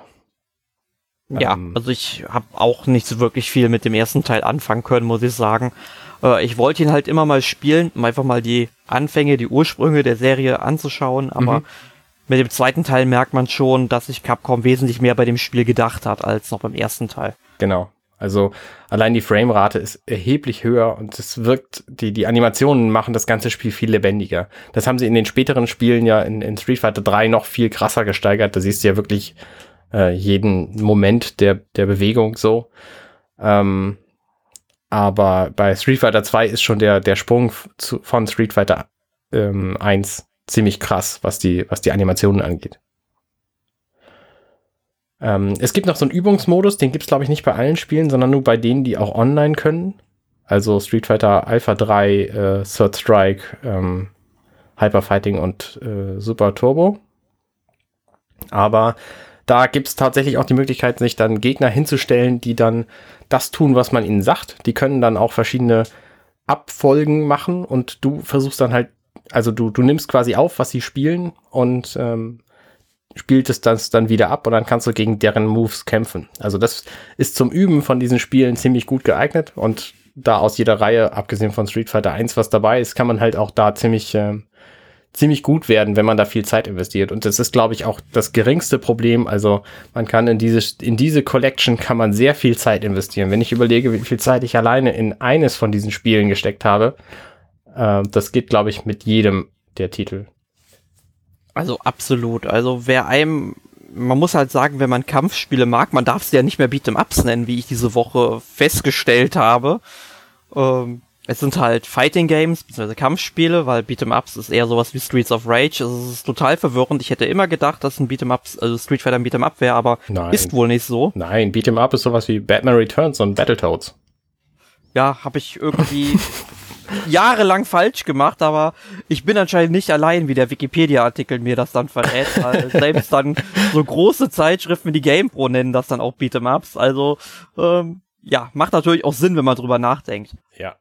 Ja, ähm, also ich habe auch nicht so wirklich viel mit dem ersten Teil anfangen können, muss ich sagen. Äh, ich wollte ihn halt immer mal spielen, um einfach mal die Anfänge, die Ursprünge der Serie anzuschauen, aber mhm. mit dem zweiten Teil merkt man schon, dass sich Capcom wesentlich mehr bei dem Spiel gedacht hat, als noch beim ersten Teil. Genau. Also allein die Framerate ist erheblich höher und es wirkt, die, die Animationen machen das ganze Spiel viel lebendiger. Das haben sie in den späteren Spielen ja in, in Street Fighter drei noch viel krasser gesteigert. Da siehst du ja wirklich äh, jeden Moment der, der Bewegung so. Ähm, aber bei Street Fighter zwei ist schon der, der Sprung zu, von Street Fighter ähm, eins ziemlich krass, was die, was die Animationen angeht. Ähm, es gibt noch so einen Übungsmodus, den gibt's glaube ich nicht bei allen Spielen, sondern nur bei denen, die auch online können. Also Street Fighter Alpha drei, äh, Third Strike, ähm, Hyper Fighting und äh, Super Turbo. Aber da gibt's tatsächlich auch die Möglichkeit, sich dann Gegner hinzustellen, die dann das tun, was man ihnen sagt. Die können dann auch verschiedene Abfolgen machen und du versuchst dann halt, also du, du nimmst quasi auf, was sie spielen und ähm, spielst das dann wieder ab und dann kannst du gegen deren Moves kämpfen. Also das ist zum Üben von diesen Spielen ziemlich gut geeignet und da aus jeder Reihe, abgesehen von Street Fighter eins, was dabei ist, kann man halt auch da ziemlich, äh, ziemlich gut werden, wenn man da viel Zeit investiert. Und das ist, glaube ich, auch das geringste Problem. Also man kann in diese, in diese Collection kann man sehr viel Zeit investieren. Wenn ich überlege, wie viel Zeit ich alleine in eines von diesen Spielen gesteckt habe, äh, das geht, glaube ich, mit jedem der Titel. Also absolut. Also wer einem, man muss halt sagen, wenn man Kampfspiele mag, man darf sie ja nicht mehr Beat'em-Ups nennen, wie ich diese Woche festgestellt habe. Ähm, es sind halt Fighting Games, beziehungsweise Kampfspiele, weil Beat'em-Ups ist eher sowas wie Streets of Rage. Also es ist total verwirrend. Ich hätte immer gedacht, dass ein Beat'em-Ups, also Street Fighter ein Beat'em-Up wäre, aber Nein. Ist wohl nicht so. Nein, Beat'em-Up ist sowas wie Batman Returns und Battletoads. Ja, habe ich irgendwie jahrelang falsch gemacht, aber ich bin anscheinend nicht allein, wie der Wikipedia-Artikel mir das dann verrät. Weil selbst dann so große Zeitschriften wie die GamePro nennen das dann auch Beat'em-Ups. Also, ähm, ja, macht natürlich auch Sinn, wenn man drüber nachdenkt. Ja.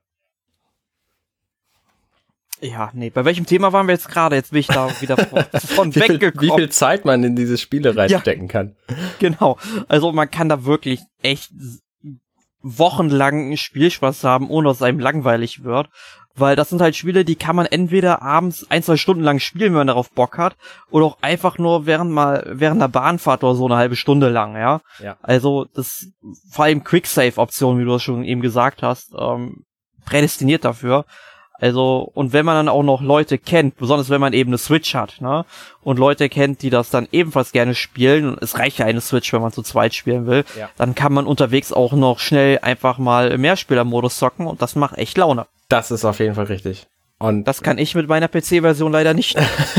Ja, nee, bei welchem Thema waren wir jetzt gerade? Jetzt bin ich da wieder von, von wie, viel, weggekommen. wie viel Zeit man in diese Spiele reinstecken ja, kann. Genau, also man kann da wirklich echt wochenlang Spielspaß haben, ohne dass es einem langweilig wird. Weil das sind halt Spiele, die kann man entweder abends ein, zwei Stunden lang spielen, wenn man darauf Bock hat, oder auch einfach nur während mal während der Bahnfahrt oder so eine halbe Stunde lang, ja. ja. Also das vor allem Quick-Save-Option, wie du das schon eben gesagt hast, ähm, prädestiniert dafür. Also, und wenn man dann auch noch Leute kennt, besonders wenn man eben eine Switch hat, ne, und Leute kennt, die das dann ebenfalls gerne spielen, und es reicht ja eine Switch, wenn man zu zweit spielen will, ja. dann kann man unterwegs auch noch schnell einfach mal im Mehrspielermodus zocken und das macht echt Laune. Das ist auf jeden Fall richtig. Und das kann ich mit meiner P C-Version leider nicht.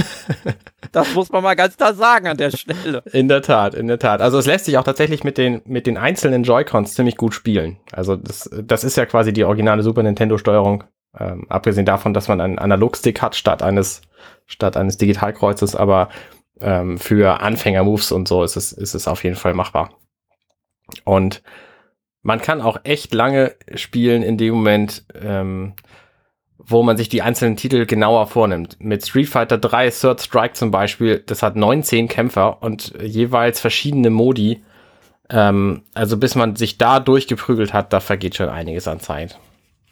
Das muss man mal ganz klar sagen an der Stelle. In der Tat, in der Tat. Also es lässt sich auch tatsächlich mit den mit den einzelnen Joy-Cons ziemlich gut spielen. Also das das ist ja quasi die originale Super Nintendo-Steuerung. Ähm, abgesehen davon, dass man einen Analogstick hat statt eines statt eines Digitalkreuzes, aber ähm, für Anfänger-Moves und so ist es ist es auf jeden Fall machbar. Und man kann auch echt lange spielen in dem Moment, ähm, wo man sich die einzelnen Titel genauer vornimmt. Mit Street Fighter drei Third Strike zum Beispiel, das hat neunzehn Kämpfer und jeweils verschiedene Modi. Ähm, also bis man sich da durchgeprügelt hat, da vergeht schon einiges an Zeit.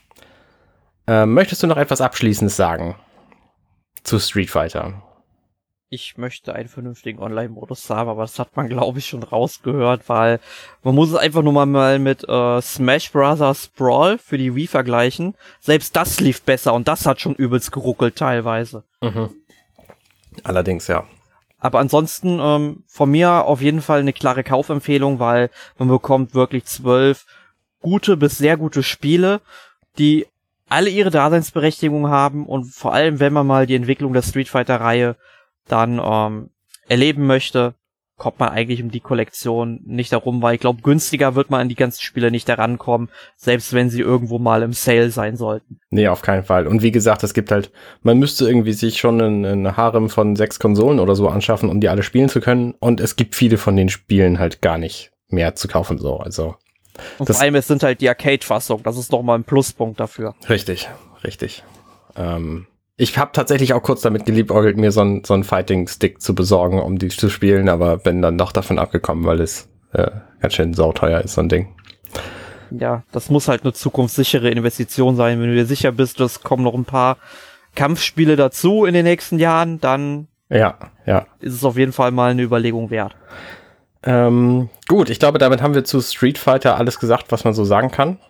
Ähm, möchtest du noch etwas Abschließendes sagen zu Street Fighter? Ich möchte einen vernünftigen Online-Modus haben, aber das hat man, glaube ich, schon rausgehört, weil man muss es einfach nur mal mit äh, Smash Bros. Brawl für die Wii vergleichen. Selbst das lief besser und das hat schon übelst geruckelt teilweise. Mhm. Allerdings, ja. Aber ansonsten ähm, von mir auf jeden Fall eine klare Kaufempfehlung, weil man bekommt wirklich zwölf gute bis sehr gute Spiele, die alle ihre Daseinsberechtigung haben und vor allem, wenn man mal die Entwicklung der Street Fighter-Reihe dann ähm, erleben möchte, kommt man eigentlich um die Kollektion nicht herum, weil ich glaube, günstiger wird man an die ganzen Spiele nicht herankommen, selbst wenn sie irgendwo mal im Sale sein sollten. Nee, auf keinen Fall. Und wie gesagt, es gibt halt, man müsste irgendwie sich schon einen, einen Harem von sechs Konsolen oder so anschaffen, um die alle spielen zu können. Und es gibt viele von den Spielen halt gar nicht mehr zu kaufen, so, also. Und vor allem, es sind halt die Arcade-Fassung, das ist nochmal ein Pluspunkt dafür. Richtig, richtig. Ähm, ich habe tatsächlich auch kurz damit geliebäugelt, mir so einen so einen Fighting-Stick zu besorgen, um die zu spielen, aber bin dann doch davon abgekommen, weil es äh, ganz schön sauteuer ist, so ein Ding. Ja, das muss halt eine zukunftssichere Investition sein. Wenn du dir sicher bist, es kommen noch ein paar Kampfspiele dazu in den nächsten Jahren, dann ja, ja. ist es auf jeden Fall mal eine Überlegung wert. Ähm, gut, ich glaube, damit haben wir zu Street Fighter alles gesagt, was man so sagen kann.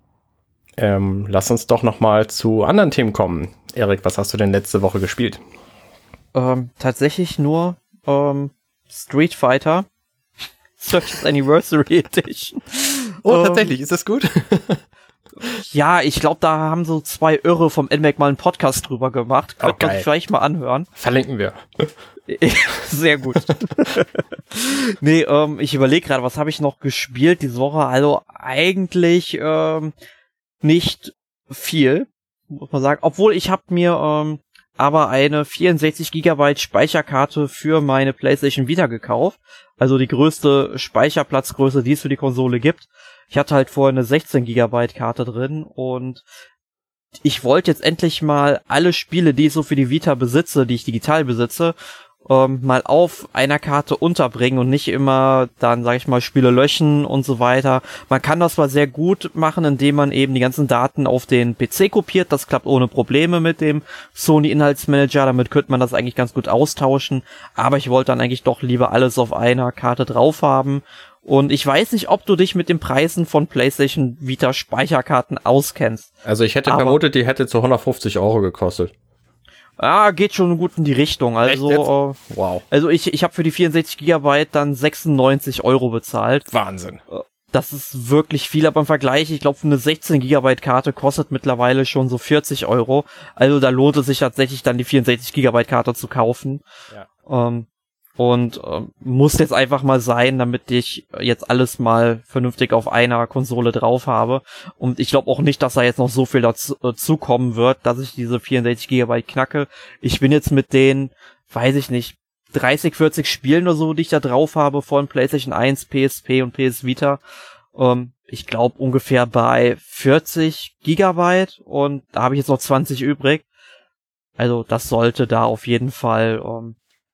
Ähm, lass uns doch noch mal zu anderen Themen kommen. Erik, was hast du denn letzte Woche gespielt? Ähm, tatsächlich nur ähm, Street Fighter thirtieth Anniversary Edition. Oh, ähm, tatsächlich, ist das gut? Ja, ich glaube, da haben so zwei Irre vom N M A C mal einen Podcast drüber gemacht. Könnte Oh, man sich vielleicht mal anhören. Verlinken wir. Sehr gut. Nee, ähm, ich überlege gerade, was habe ich noch gespielt diese Woche? Also eigentlich ähm, nicht viel, muss man sagen. Obwohl ich habe mir ähm, aber eine vierundsechzig Gigabyte Speicherkarte für meine PlayStation Vita gekauft. Also die größte Speicherplatzgröße, die es für die Konsole gibt. Ich hatte halt vorher eine sechzehn Gigabyte Karte drin und ich wollte jetzt endlich mal alle Spiele, die ich so für die Vita besitze, die ich digital besitze, ähm, mal auf einer Karte unterbringen und nicht immer dann, sag ich mal, Spiele löschen und so weiter. Man kann das zwar sehr gut machen, indem man eben die ganzen Daten auf den P C kopiert. Das klappt ohne Probleme mit dem Sony Inhaltsmanager. Damit könnte man das eigentlich ganz gut austauschen. Aber ich wollte dann eigentlich doch lieber alles auf einer Karte drauf haben. Und ich weiß nicht, ob du dich mit den Preisen von PlayStation Vita Speicherkarten auskennst. Also ich hätte Aber vermutet, die hätte zu hundertfünfzig Euro gekostet. Ja, geht schon gut in die Richtung. Also, äh, wow. Also ich, ich habe für die vierundsechzig Gigabyte dann sechsundneunzig Euro bezahlt. Wahnsinn. Das ist wirklich viel, aber im Vergleich, ich glaube, eine sechzehn Gigabyte Karte kostet mittlerweile schon so vierzig Euro. Also da lohnt es sich tatsächlich dann die vierundsechzig Gigabyte Karte zu kaufen. Ja. Ähm, und ähm, muss jetzt einfach mal sein, damit ich jetzt alles mal vernünftig auf einer Konsole drauf habe. Und ich glaube auch nicht, dass da jetzt noch so viel dazu äh, zukommen wird, dass ich diese vierundsechzig Gigabyte knacke. Ich bin jetzt mit den, weiß ich nicht, dreißig, vierzig Spielen oder so, die ich da drauf habe von PlayStation eins, P S P und P S Vita. Ähm, ich glaube ungefähr bei vierzig Gigabyte und da habe ich jetzt noch zwanzig übrig. Also das sollte da auf jeden Fall, ähm,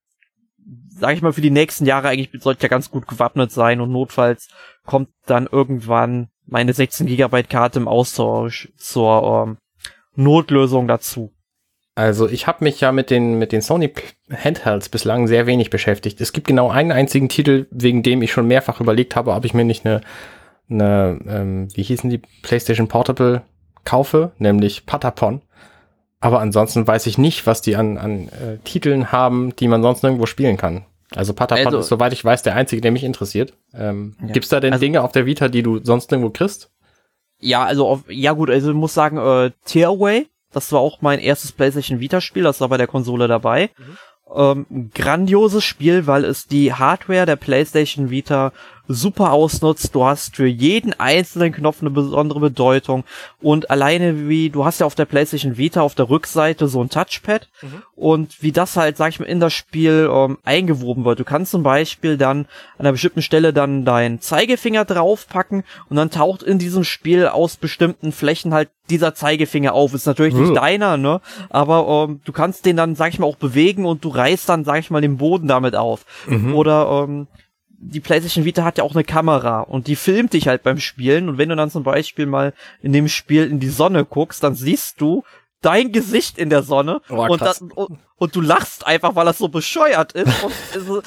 sag ich mal, für die nächsten Jahre eigentlich sollte ja ganz gut gewappnet sein und notfalls kommt dann irgendwann meine sechzehn Gigabyte Karte im Austausch zur ähm, Notlösung dazu. Also ich habe mich ja mit den mit den Sony Handhelds bislang sehr wenig beschäftigt. Es gibt genau einen einzigen Titel, wegen dem ich schon mehrfach überlegt habe, ob ich mir nicht eine, eine ähm, wie hießen die, PlayStation Portable kaufe, nämlich Patapon. Aber ansonsten weiß ich nicht, was die an, an äh, Titeln haben, die man sonst nirgendwo spielen kann. Also Patapon also, ist, soweit ich weiß, der einzige, der mich interessiert. Ähm, ja. Gibt's da denn also, Dinge auf der Vita, die du sonst nirgendwo kriegst? Ja, also auf, ja gut, also ich muss sagen, äh, Tearaway, das war auch mein erstes PlayStation Vita-Spiel, das war bei der Konsole dabei. Mhm. Ähm, grandioses Spiel, weil es die Hardware der PlayStation Vita super ausnutzt. Du hast für jeden einzelnen Knopf eine besondere Bedeutung und alleine wie, du hast ja auf der PlayStation Vita auf der Rückseite so ein Touchpad mhm. und wie das halt, sag ich mal, in das Spiel ähm, eingewoben wird. Du kannst zum Beispiel dann an einer bestimmten Stelle dann deinen Zeigefinger draufpacken und dann taucht in diesem Spiel aus bestimmten Flächen halt dieser Zeigefinger auf. Ist natürlich mhm. nicht deiner, ne, aber ähm, du kannst den dann, sag ich mal, auch bewegen und du reißt dann, sag ich mal, den Boden damit auf. Mhm. Oder ähm, die PlayStation Vita hat ja auch eine Kamera und die filmt dich halt beim Spielen und wenn du dann zum Beispiel mal in dem Spiel in die Sonne guckst, dann siehst du dein Gesicht in der Sonne oh, und, das, und, und du lachst einfach, weil das so bescheuert ist und,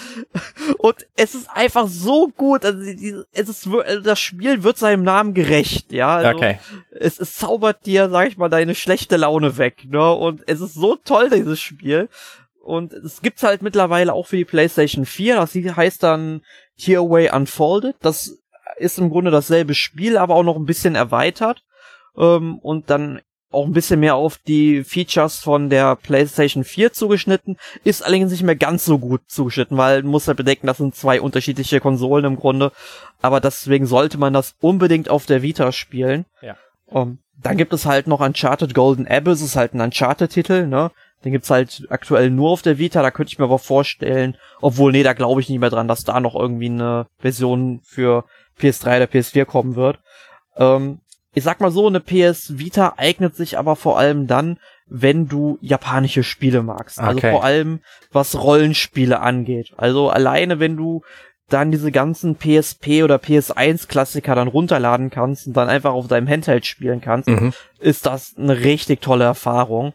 es, und es ist einfach so gut, also es ist, das Spiel wird seinem Namen gerecht, ja, also okay. es, es zaubert dir, sag ich mal, deine schlechte Laune weg, ne, und es ist so toll, dieses Spiel. Und es gibt's halt mittlerweile auch für die PlayStation vier, das heißt dann Tearaway Unfolded. Das ist im Grunde dasselbe Spiel, aber auch noch ein bisschen erweitert. Ähm, und dann auch ein bisschen mehr auf die Features von der PlayStation vier zugeschnitten. Ist allerdings nicht mehr ganz so gut zugeschnitten, weil man muss halt bedenken, das sind zwei unterschiedliche Konsolen im Grunde. Aber deswegen sollte man das unbedingt auf der Vita spielen. Ja. Um, dann gibt es halt noch Uncharted Golden Abyss, ist halt ein Uncharted-Titel, ne? Den gibt's halt aktuell nur auf der Vita, da könnte ich mir aber vorstellen, obwohl, nee, da glaube ich nicht mehr dran, dass da noch irgendwie eine Version für P S drei oder P S vier kommen wird. Ähm, ich sag mal so, eine P S Vita eignet sich aber vor allem dann, wenn du japanische Spiele magst. Also okay. vor allem, was Rollenspiele angeht. Also alleine, wenn du dann diese ganzen P S P oder P S eins Klassiker dann runterladen kannst und dann einfach auf deinem Handheld spielen kannst, mhm. ist das eine richtig tolle Erfahrung.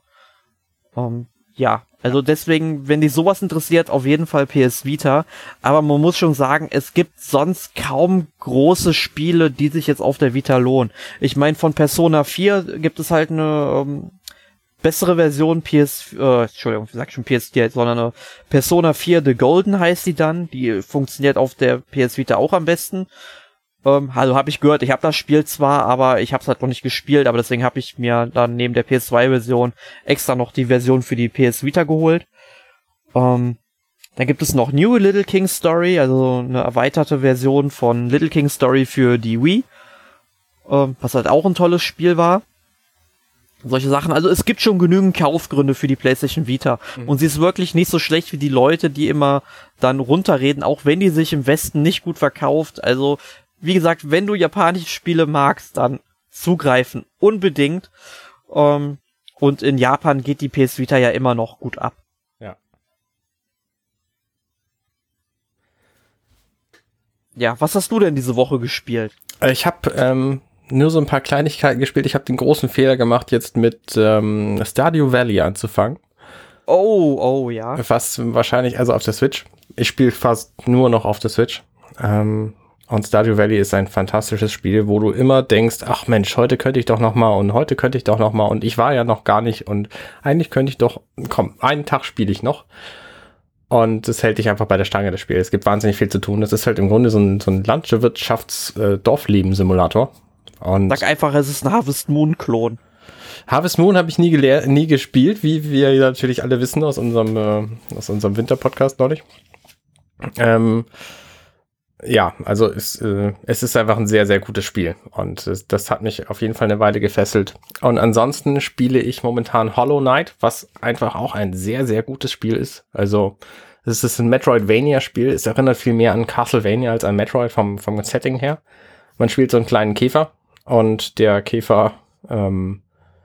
Um, ja, also deswegen, wenn dich sowas interessiert, auf jeden Fall P S Vita. Aber man muss schon sagen, es gibt sonst kaum große Spiele, die sich jetzt auf der Vita lohnen. Ich meine, von Persona vier gibt es halt eine ähm, bessere Version, P S, äh, Entschuldigung, ich sag schon P S vier, sondern eine Persona vier The Golden heißt die dann. Die funktioniert auf der P S Vita auch am besten. Ähm, also habe ich gehört, ich habe das Spiel zwar, aber ich habe es halt noch nicht gespielt, aber deswegen habe ich mir dann neben der P S zwei Version extra noch die Version für die P S Vita geholt. Ähm, dann gibt es noch New Little King Story, also eine erweiterte Version von Little King Story für die Wii, ähm, was halt auch ein tolles Spiel war. Solche Sachen. Also es gibt schon genügend Kaufgründe für die PlayStation Vita. Mhm. Und sie ist wirklich nicht so schlecht wie die Leute, die immer dann runterreden, auch wenn die sich im Westen nicht gut verkauft. Also, wie gesagt, wenn du japanische Spiele magst, dann zugreifen. Unbedingt. Ähm, und in Japan geht die P S Vita ja immer noch gut ab. Ja. Ja, was hast du denn diese Woche gespielt? Ich habe ähm nur so ein paar Kleinigkeiten gespielt. Ich habe den großen Fehler gemacht, jetzt mit ähm, Stardew Valley anzufangen. Oh, oh, ja. Was wahrscheinlich, also auf der Switch. Ich spiele fast nur noch auf der Switch. Ähm, und Stardew Valley ist ein fantastisches Spiel, wo du immer denkst, ach Mensch, heute könnte ich doch noch mal und heute könnte ich doch noch mal und ich war ja noch gar nicht und eigentlich könnte ich doch, komm, einen Tag spiele ich noch. Und es hält dich einfach bei der Stange, das Spiel. Es gibt wahnsinnig viel zu tun. Es ist halt im Grunde so ein, so ein Landwirtschafts-Dorfleben-Simulator. Und sag einfach, es ist ein Harvest Moon-Klon. Harvest Moon habe ich nie, gelehr- nie gespielt, wie wir natürlich alle wissen aus unserem, äh, aus unserem Winter-Podcast neulich. Ähm, ja, also es, äh, es ist einfach ein sehr, sehr gutes Spiel. Und es, das hat mich auf jeden Fall eine Weile gefesselt. Und ansonsten spiele ich momentan Hollow Knight, was einfach auch ein sehr, sehr gutes Spiel ist. Also es ist ein Metroidvania-Spiel. Es erinnert viel mehr an Castlevania als an Metroid vom, vom Setting her. Man spielt so einen kleinen Käfer. Und der Käfer, ähm,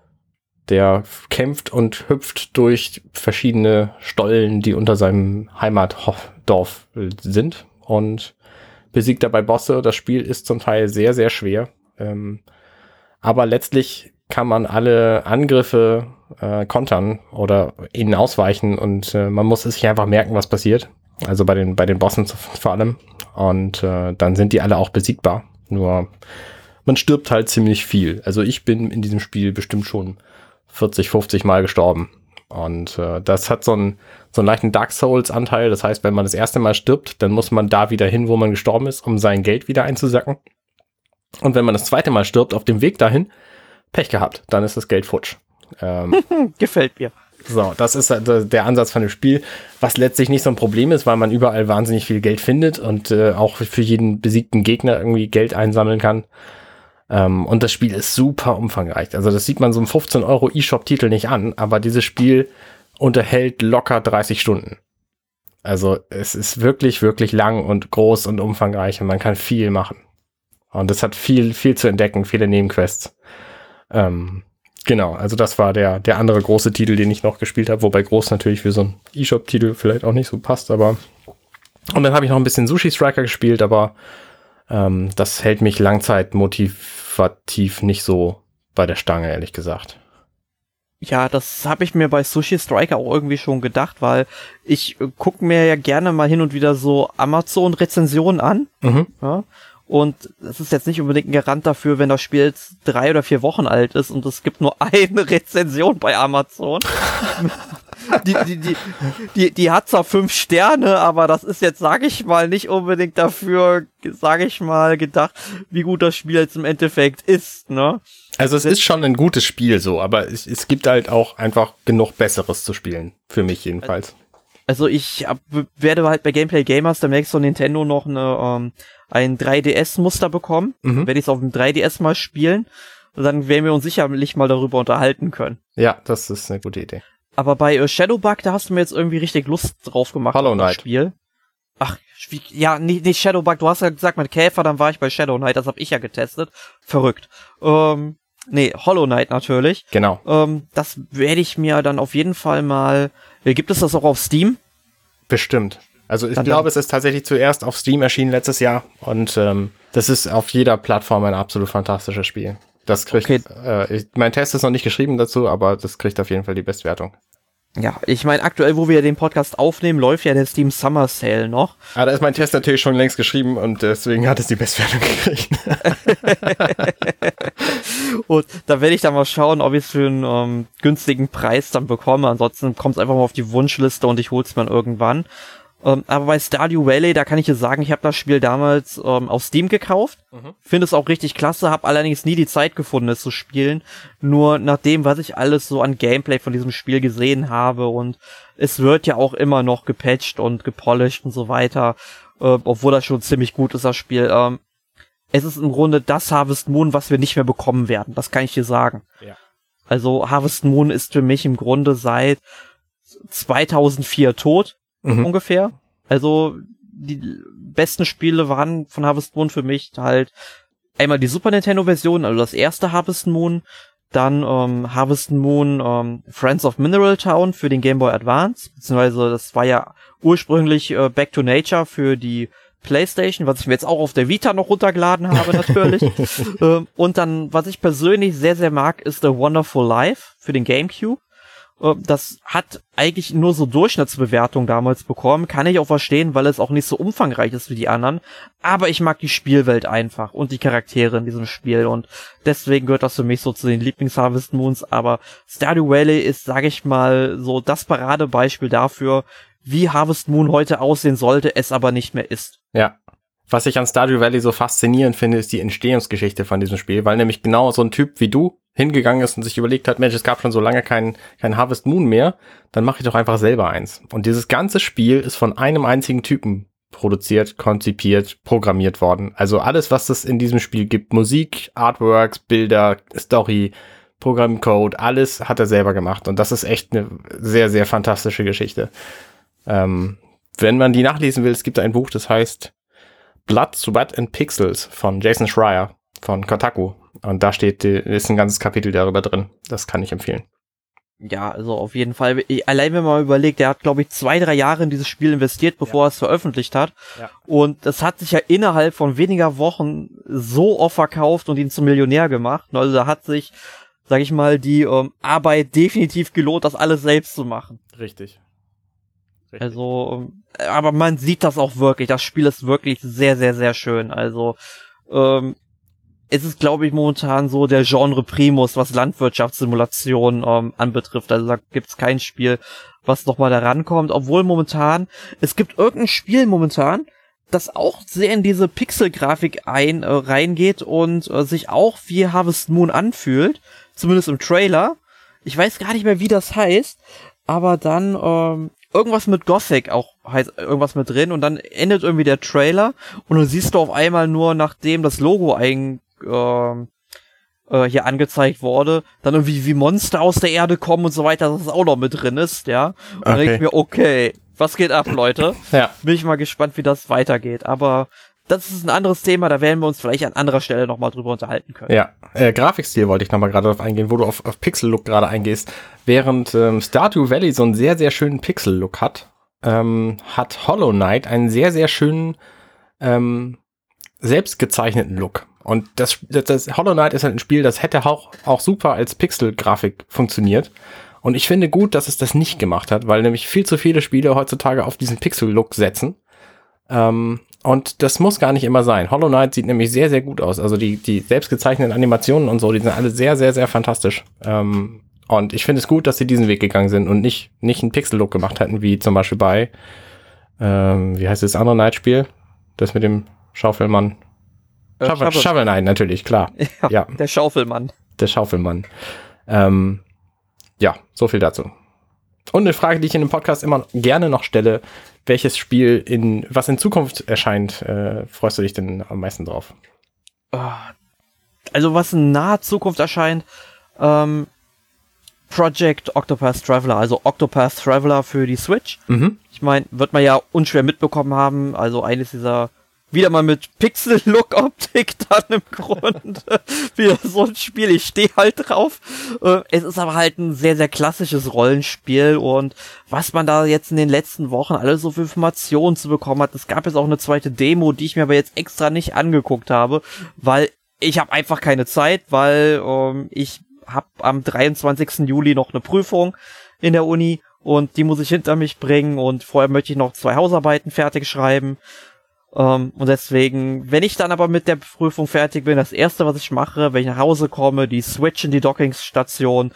der kämpft und hüpft durch verschiedene Stollen, die unter seinem Heimatdorf sind und besiegt dabei Bosse. Das Spiel ist zum Teil sehr, sehr schwer. Ähm, aber letztlich kann man alle Angriffe äh, kontern oder ihnen ausweichen und äh, man muss es sich einfach merken, was passiert. Also bei den, bei den Bossen vor allem. Und äh, dann sind die alle auch besiegbar. Nur man stirbt halt ziemlich viel. Also ich bin in diesem Spiel bestimmt schon vierzig, fünfzig Mal gestorben. Und äh, das hat so einen, so einen leichten Dark Souls-Anteil. Das heißt, wenn man das erste Mal stirbt, dann muss man da wieder hin, wo man gestorben ist, um sein Geld wieder einzusacken. Und wenn man das zweite Mal stirbt, auf dem Weg dahin, Pech gehabt, dann ist das Geld futsch. Ähm, Gefällt mir. So, das ist der Ansatz von dem Spiel, was letztlich nicht so ein Problem ist, weil man überall wahnsinnig viel Geld findet und äh, auch für jeden besiegten Gegner irgendwie Geld einsammeln kann. Ähm, und das Spiel ist super umfangreich. Also das sieht man so einem fünfzehn Euro eShop-Titel nicht an, aber dieses Spiel unterhält locker dreißig Stunden. Also es ist wirklich, wirklich lang und groß und umfangreich und man kann viel machen. Und es hat viel, viel zu entdecken, viele Nebenquests. Ähm, genau, also das war der, der andere große Titel, den ich noch gespielt habe, wobei groß natürlich für so einen eShop-Titel vielleicht auch nicht so passt, aber und dann habe ich noch ein bisschen Sushi Striker gespielt, aber ähm, das hält mich langzeitmotivativ nicht so bei der Stange, ehrlich gesagt. Ja, das habe ich mir bei Sushi Striker auch irgendwie schon gedacht, weil ich äh, gucke mir ja gerne mal hin und wieder so Amazon-Rezensionen an. Mhm. Ja, und das ist jetzt nicht unbedingt ein Garant dafür, wenn das Spiel jetzt drei oder vier Wochen alt ist und es gibt nur eine Rezension bei Amazon. die, die, die, die, die hat zwar fünf Sterne, aber das ist jetzt, sage ich mal, nicht unbedingt dafür, sage ich mal, gedacht, wie gut das Spiel jetzt im Endeffekt ist, ne? Also es ist schon ein gutes Spiel so, aber es, es gibt halt auch einfach genug Besseres zu spielen, für mich jedenfalls. Also ich hab, werde halt bei Gameplay Gamers demnächst von Nintendo noch eine, ähm, ein drei D S-Muster bekommen. Mhm. Werde ich es auf dem drei D S mal spielen. Und dann werden wir uns sicherlich mal darüber unterhalten können. Ja, das ist eine gute Idee. Aber bei äh, Shadowbug, da hast du mir jetzt irgendwie richtig Lust drauf gemacht. Hollow Knight. Das Spiel. Ach, wie, ja, nicht, nicht Shadowbug. Du hast ja gesagt mit Käfer, dann war ich bei Shadow Knight. Das habe ich ja getestet. Verrückt. Ähm, nee, Hollow Knight natürlich. Genau. Ähm, das werde ich mir dann auf jeden Fall mal... Äh, gibt es das auch auf Steam? Bestimmt. Also ich dann glaube, dann. es ist tatsächlich zuerst auf Steam erschienen letztes Jahr und ähm, das ist auf jeder Plattform ein absolut fantastisches Spiel. Das kriegt, okay. äh, ich, mein Test ist noch nicht geschrieben dazu, aber das kriegt auf jeden Fall die Bestwertung. Ja, ich meine, aktuell, wo wir den Podcast aufnehmen, läuft ja der Steam Summer Sale noch. Aber da ist mein Test natürlich schon längst geschrieben und deswegen hat es die Bestwertung gekriegt. Und da werde ich dann mal schauen, ob ich es für einen ähm, günstigen Preis dann bekomme. Ansonsten kommt es einfach mal auf die Wunschliste und ich hol's mir dann irgendwann. Ähm, aber bei Stardew Valley, da kann ich dir sagen, ich habe das Spiel damals ähm, auf Steam gekauft. Mhm. Finde es auch richtig klasse, habe allerdings nie die Zeit gefunden, es zu spielen. Nur nach dem, was ich alles so an Gameplay von diesem Spiel gesehen habe, und es wird ja auch immer noch gepatcht und gepolished und so weiter, äh, obwohl das schon ziemlich gut ist, das Spiel. Ähm, es ist im Grunde das Harvest Moon, was wir nicht mehr bekommen werden. Das kann ich dir sagen. Ja. Also Harvest Moon ist für mich im Grunde seit zweitausendvier tot. Mhm. Ungefähr. Also die besten Spiele waren von Harvest Moon für mich halt einmal die Super Nintendo Version, also das erste Harvest Moon, dann ähm, Harvest Moon ähm, Friends of Mineral Town für den Game Boy Advance, beziehungsweise das war ja ursprünglich äh, Back to Nature für die PlayStation, was ich mir jetzt auch auf der Vita noch runtergeladen habe natürlich. ähm, und dann, was ich persönlich sehr, sehr mag, ist The Wonderful Life für den GameCube. Das hat eigentlich nur so Durchschnittsbewertung damals bekommen. Kann ich auch verstehen, weil es auch nicht so umfangreich ist wie die anderen. Aber ich mag die Spielwelt einfach und die Charaktere in diesem Spiel. Und deswegen gehört das für mich so zu den Lieblings-Harvest Moons. Aber Stardew Valley ist, sage ich mal, so das Paradebeispiel dafür, wie Harvest Moon heute aussehen sollte, es aber nicht mehr ist. Ja. Was ich an Stardew Valley so faszinierend finde, ist die Entstehungsgeschichte von diesem Spiel, weil nämlich genau so ein Typ wie du hingegangen ist und sich überlegt hat, Mensch, es gab schon so lange kein, kein Harvest Moon mehr, dann mache ich doch einfach selber eins. Und dieses ganze Spiel ist von einem einzigen Typen produziert, konzipiert, programmiert worden. Also alles, was es in diesem Spiel gibt, Musik, Artworks, Bilder, Story, Programmcode, alles hat er selber gemacht. Und das ist echt eine sehr, sehr fantastische Geschichte. Ähm, wenn man die nachlesen will, es gibt ein Buch, das heißt Blood, Sweat and Pixels von Jason Schreier von Kotaku. Und da steht, ist ein ganzes Kapitel darüber drin. Das kann ich empfehlen. Ja, also auf jeden Fall. Allein wenn man überlegt, der hat, glaube ich, zwei, drei Jahre in dieses Spiel investiert, bevor ja. er es veröffentlicht hat. Ja. Und das hat sich ja innerhalb von weniger Wochen so oft verkauft und ihn zum Millionär gemacht. Also da hat sich, sag ich mal, die ähm, Arbeit definitiv gelohnt, das alles selbst zu machen. Richtig. Richtig. Also, aber man sieht das auch wirklich. Das Spiel ist wirklich sehr, sehr, sehr schön. Also, ähm, es ist, glaube ich, momentan so der Genre Primus, was Landwirtschaftssimulation ähm, anbetrifft. Also da gibt's kein Spiel, was nochmal da rankommt. Obwohl momentan, es gibt irgendein Spiel momentan, das auch sehr in diese Pixel-Grafik ein, äh, reingeht und äh, sich auch wie Harvest Moon anfühlt. Zumindest im Trailer. Ich weiß gar nicht mehr, wie das heißt. Aber dann, ähm, irgendwas mit Gothic auch heißt irgendwas mit drin und dann endet irgendwie der Trailer und dann siehst du auf einmal nur, nachdem das Logo ein, äh, äh, hier angezeigt wurde, dann irgendwie wie Monster aus der Erde kommen und so weiter, dass das auch noch mit drin ist, ja. Und okay. Dann denke ich mir, okay, was geht ab, Leute? Ja. Bin ich mal gespannt, wie das weitergeht, aber das ist ein anderes Thema, da werden wir uns vielleicht an anderer Stelle nochmal drüber unterhalten können. Ja, äh, Grafikstil wollte ich nochmal gerade drauf eingehen, wo du auf, auf Pixel-Look gerade eingehst. Während ähm, Stardew Valley so einen sehr, sehr schönen Pixel-Look hat, ähm, hat Hollow Knight einen sehr, sehr schönen ähm, selbstgezeichneten Look. Und das, das, das Hollow Knight ist halt ein Spiel, das hätte auch, auch super als Pixel-Grafik funktioniert. Und ich finde gut, dass es das nicht gemacht hat, weil nämlich viel zu viele Spiele heutzutage auf diesen Pixel-Look setzen. Ähm, Und das muss gar nicht immer sein. Hollow Knight sieht nämlich sehr, sehr gut aus. Also die, die selbstgezeichneten Animationen und so, die sind alle sehr, sehr, sehr fantastisch. Ähm, und ich finde es gut, dass sie diesen Weg gegangen sind und nicht, nicht einen Pixel-Look gemacht hätten, wie zum Beispiel bei, ähm, wie heißt das andere Knight-Spiel? Das mit dem Schaufelmann. Äh, Schaufel, Schaufel. Shovel Knight, natürlich, klar. Ja, ja, der Schaufelmann. Der Schaufelmann. Ähm, ja, so viel dazu. Und eine Frage, die ich in dem Podcast immer gerne noch stelle: Welches Spiel, in was in Zukunft erscheint, äh, freust du dich denn am meisten drauf? Also was in naher Zukunft erscheint, ähm, Project Octopath Traveler, also Octopath Traveler für die Switch. Mhm. Ich meine, wird man ja unschwer mitbekommen haben, also eines dieser, wieder mal mit Pixel-Look-Optik dann im Grunde, wieder so ein Spiel, ich stehe halt drauf. Äh, es ist aber halt ein sehr, sehr klassisches Rollenspiel und was man da jetzt in den letzten Wochen alles so für Informationen zu bekommen hat, es gab jetzt auch eine zweite Demo, die ich mir aber jetzt extra nicht angeguckt habe, weil ich habe einfach keine Zeit, weil ähm, ich habe am dreiundzwanzigsten Juli noch eine Prüfung in der Uni und die muss ich hinter mich bringen und vorher möchte ich noch zwei Hausarbeiten fertig schreiben. Um, und deswegen, wenn ich dann aber mit der Prüfung fertig bin, das erste, was ich mache, wenn ich nach Hause komme, die Switch in die Dockingstation,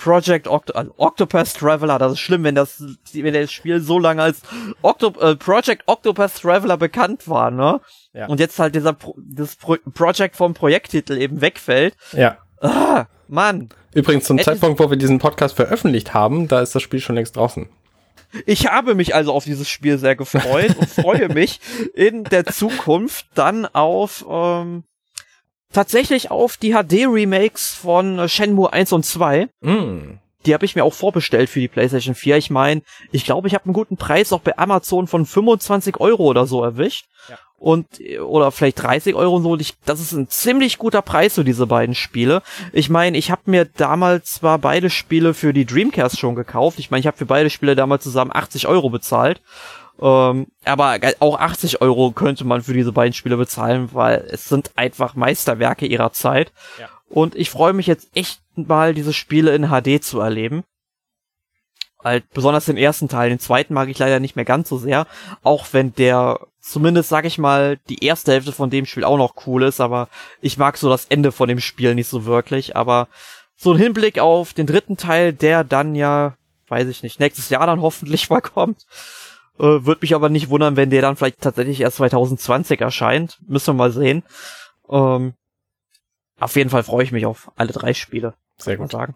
Project Oct- also Octopath Traveler, das ist schlimm, wenn das, wenn das Spiel so lange als Octo- äh, Project Octopath Traveler bekannt war, ne? Ja. Und jetzt halt dieser Pro- das Pro- Project vom Projekttitel eben wegfällt. Ja. Ah, Mann. Übrigens, zum Zeitpunkt, wo wir diesen Podcast veröffentlicht haben, da ist das Spiel schon längst draußen. Ich habe mich also auf dieses Spiel sehr gefreut und freue mich in der Zukunft dann auf, ähm, tatsächlich auf die H D-Remakes von Shenmue eins und zwei. Mm. Die habe ich mir auch vorbestellt für die PlayStation vier. Ich meine, ich glaube, ich habe einen guten Preis auch bei Amazon von fünfundzwanzig Euro oder so erwischt. Ja. Und, oder vielleicht dreißig Euro und so. Und ich, das ist ein ziemlich guter Preis für diese beiden Spiele. Ich meine, ich habe mir damals zwar beide Spiele für die Dreamcast schon gekauft. Ich meine, ich habe für beide Spiele damals zusammen achtzig Euro bezahlt. Ähm, aber auch achtzig Euro könnte man für diese beiden Spiele bezahlen, weil es sind einfach Meisterwerke ihrer Zeit. Ja. Und ich freue mich jetzt echt mal, diese Spiele in H D zu erleben. Halt, besonders den ersten Teil. Den zweiten mag ich leider nicht mehr ganz so sehr. Auch wenn der, zumindest sag ich mal, die erste Hälfte von dem Spiel auch noch cool ist. Aber ich mag so das Ende von dem Spiel nicht so wirklich. Aber so ein Hinblick auf den dritten Teil, der dann ja, weiß ich nicht, nächstes Jahr dann hoffentlich mal kommt. Äh, würde mich aber nicht wundern, wenn der dann vielleicht tatsächlich erst zwanzig zwanzig erscheint. Müssen wir mal sehen. Ähm, auf jeden Fall freue ich mich auf alle drei Spiele. Sehr gut. Sagen.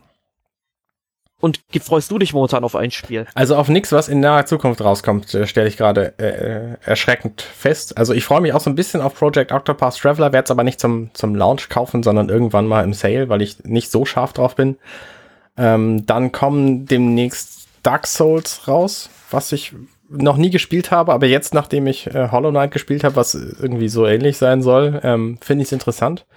Und freust du dich momentan auf ein Spiel? Also auf nichts, was in naher Zukunft rauskommt, äh, stelle ich gerade äh, erschreckend fest. Also ich freue mich auch so ein bisschen auf Project Octopath Traveler, werde es aber nicht zum, zum Launch kaufen, sondern irgendwann mal im Sale, weil ich nicht so scharf drauf bin. Ähm, dann kommen demnächst Dark Souls raus, was ich noch nie gespielt habe, aber jetzt, nachdem ich äh, Hollow Knight gespielt habe, was irgendwie so ähnlich sein soll, ähm, finde ich es interessant.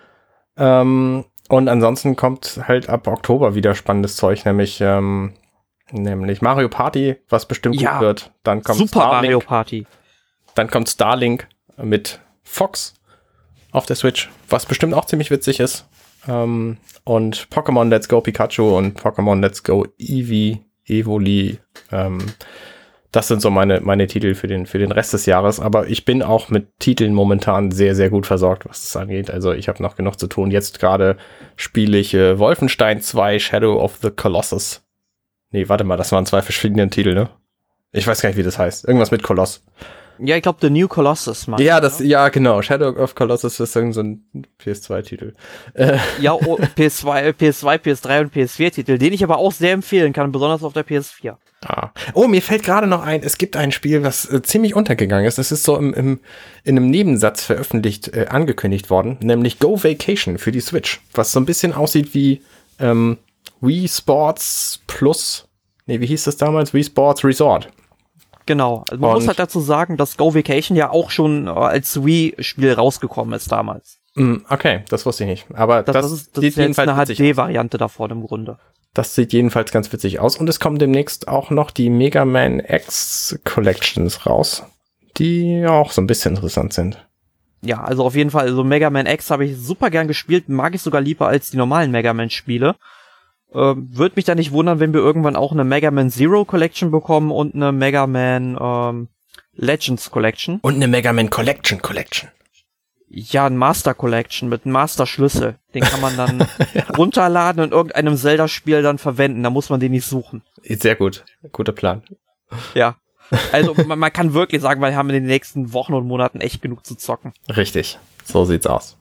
Ähm, und ansonsten kommt halt ab Oktober wieder spannendes Zeug, nämlich ähm, nämlich Mario Party, was bestimmt ja, gut wird. Dann kommt Super Starlink, Mario Party. Dann kommt Starlink mit Fox auf der Switch, was bestimmt auch ziemlich witzig ist. Ähm, und Pokémon Let's Go Pikachu und Pokémon Let's Go Eevee, Evoli, ähm, das sind so meine, meine Titel für den, für den Rest des Jahres. Aber ich bin auch mit Titeln momentan sehr, sehr gut versorgt, was das angeht. Also ich habe noch genug zu tun. Jetzt gerade spiele ich äh, Wolfenstein zwei Shadow of the Colossus. Nee, warte mal, das waren zwei verschiedene Titel, ne? Ich weiß gar nicht, wie das heißt. Irgendwas mit Koloss. Ja, ich glaube, The New Colossus, Mann. Ja, das, ja, genau. Shadow of Colossus ist irgend so ein P S zwei Titel. Äh. Ja, oh, P S zwei, P S zwei, P S drei und P S vier Titel, den ich aber auch sehr empfehlen kann, besonders auf der P S vier. Ah. Oh, mir fällt gerade noch ein, es gibt ein Spiel, was äh, ziemlich untergegangen ist. Es ist so im, im, in einem Nebensatz veröffentlicht, äh, angekündigt worden, nämlich Go Vacation für die Switch, was so ein bisschen aussieht wie ähm, Wii Sports Plus, nee, wie hieß das damals? Wii Sports Resort. Genau, also man Und muss halt dazu sagen, dass Go Vacation ja auch schon äh, als Wii-Spiel rausgekommen ist damals. Mm, okay, das wusste ich nicht. Aber das, das, das ist, das ist jetzt eine H D-Variante davon im Grunde. Das sieht jedenfalls ganz witzig aus. Und es kommen demnächst auch noch die Mega Man X Collections raus, die auch so ein bisschen interessant sind. Ja, also auf jeden Fall, also Mega Man X habe ich super gern gespielt, mag ich sogar lieber als die normalen Mega Man-Spiele. Ähm, Würde mich da nicht wundern, wenn wir irgendwann auch eine Mega Man Zero Collection bekommen und eine Mega Man ähm, Legends Collection. Und eine Mega Man Collection Collection. Ja, ein Master Collection mit einem Master Schlüssel. Den kann man dann ja. runterladen und in irgendeinem Zelda-Spiel dann verwenden. Da muss man den nicht suchen. Sehr gut. Guter Plan. Ja. Also man, man kann wirklich sagen, wir haben in den nächsten Wochen und Monaten echt genug zu zocken. Richtig. So sieht's aus.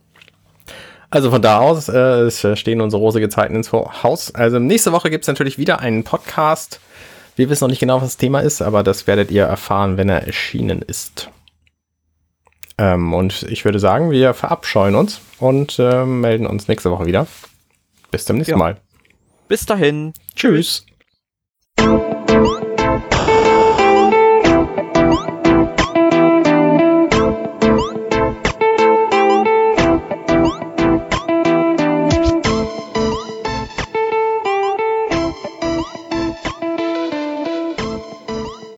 Also von da aus äh, es stehen unsere rosige Zeiten ins Haus. Also nächste Woche gibt's natürlich wieder einen Podcast. Wir wissen noch nicht genau, was das Thema ist, aber das werdet ihr erfahren, wenn er erschienen ist. Ähm, und ich würde sagen, wir verabscheuen uns und äh, melden uns nächste Woche wieder. Bis zum nächsten ja. Mal. Bis dahin. Tschüss.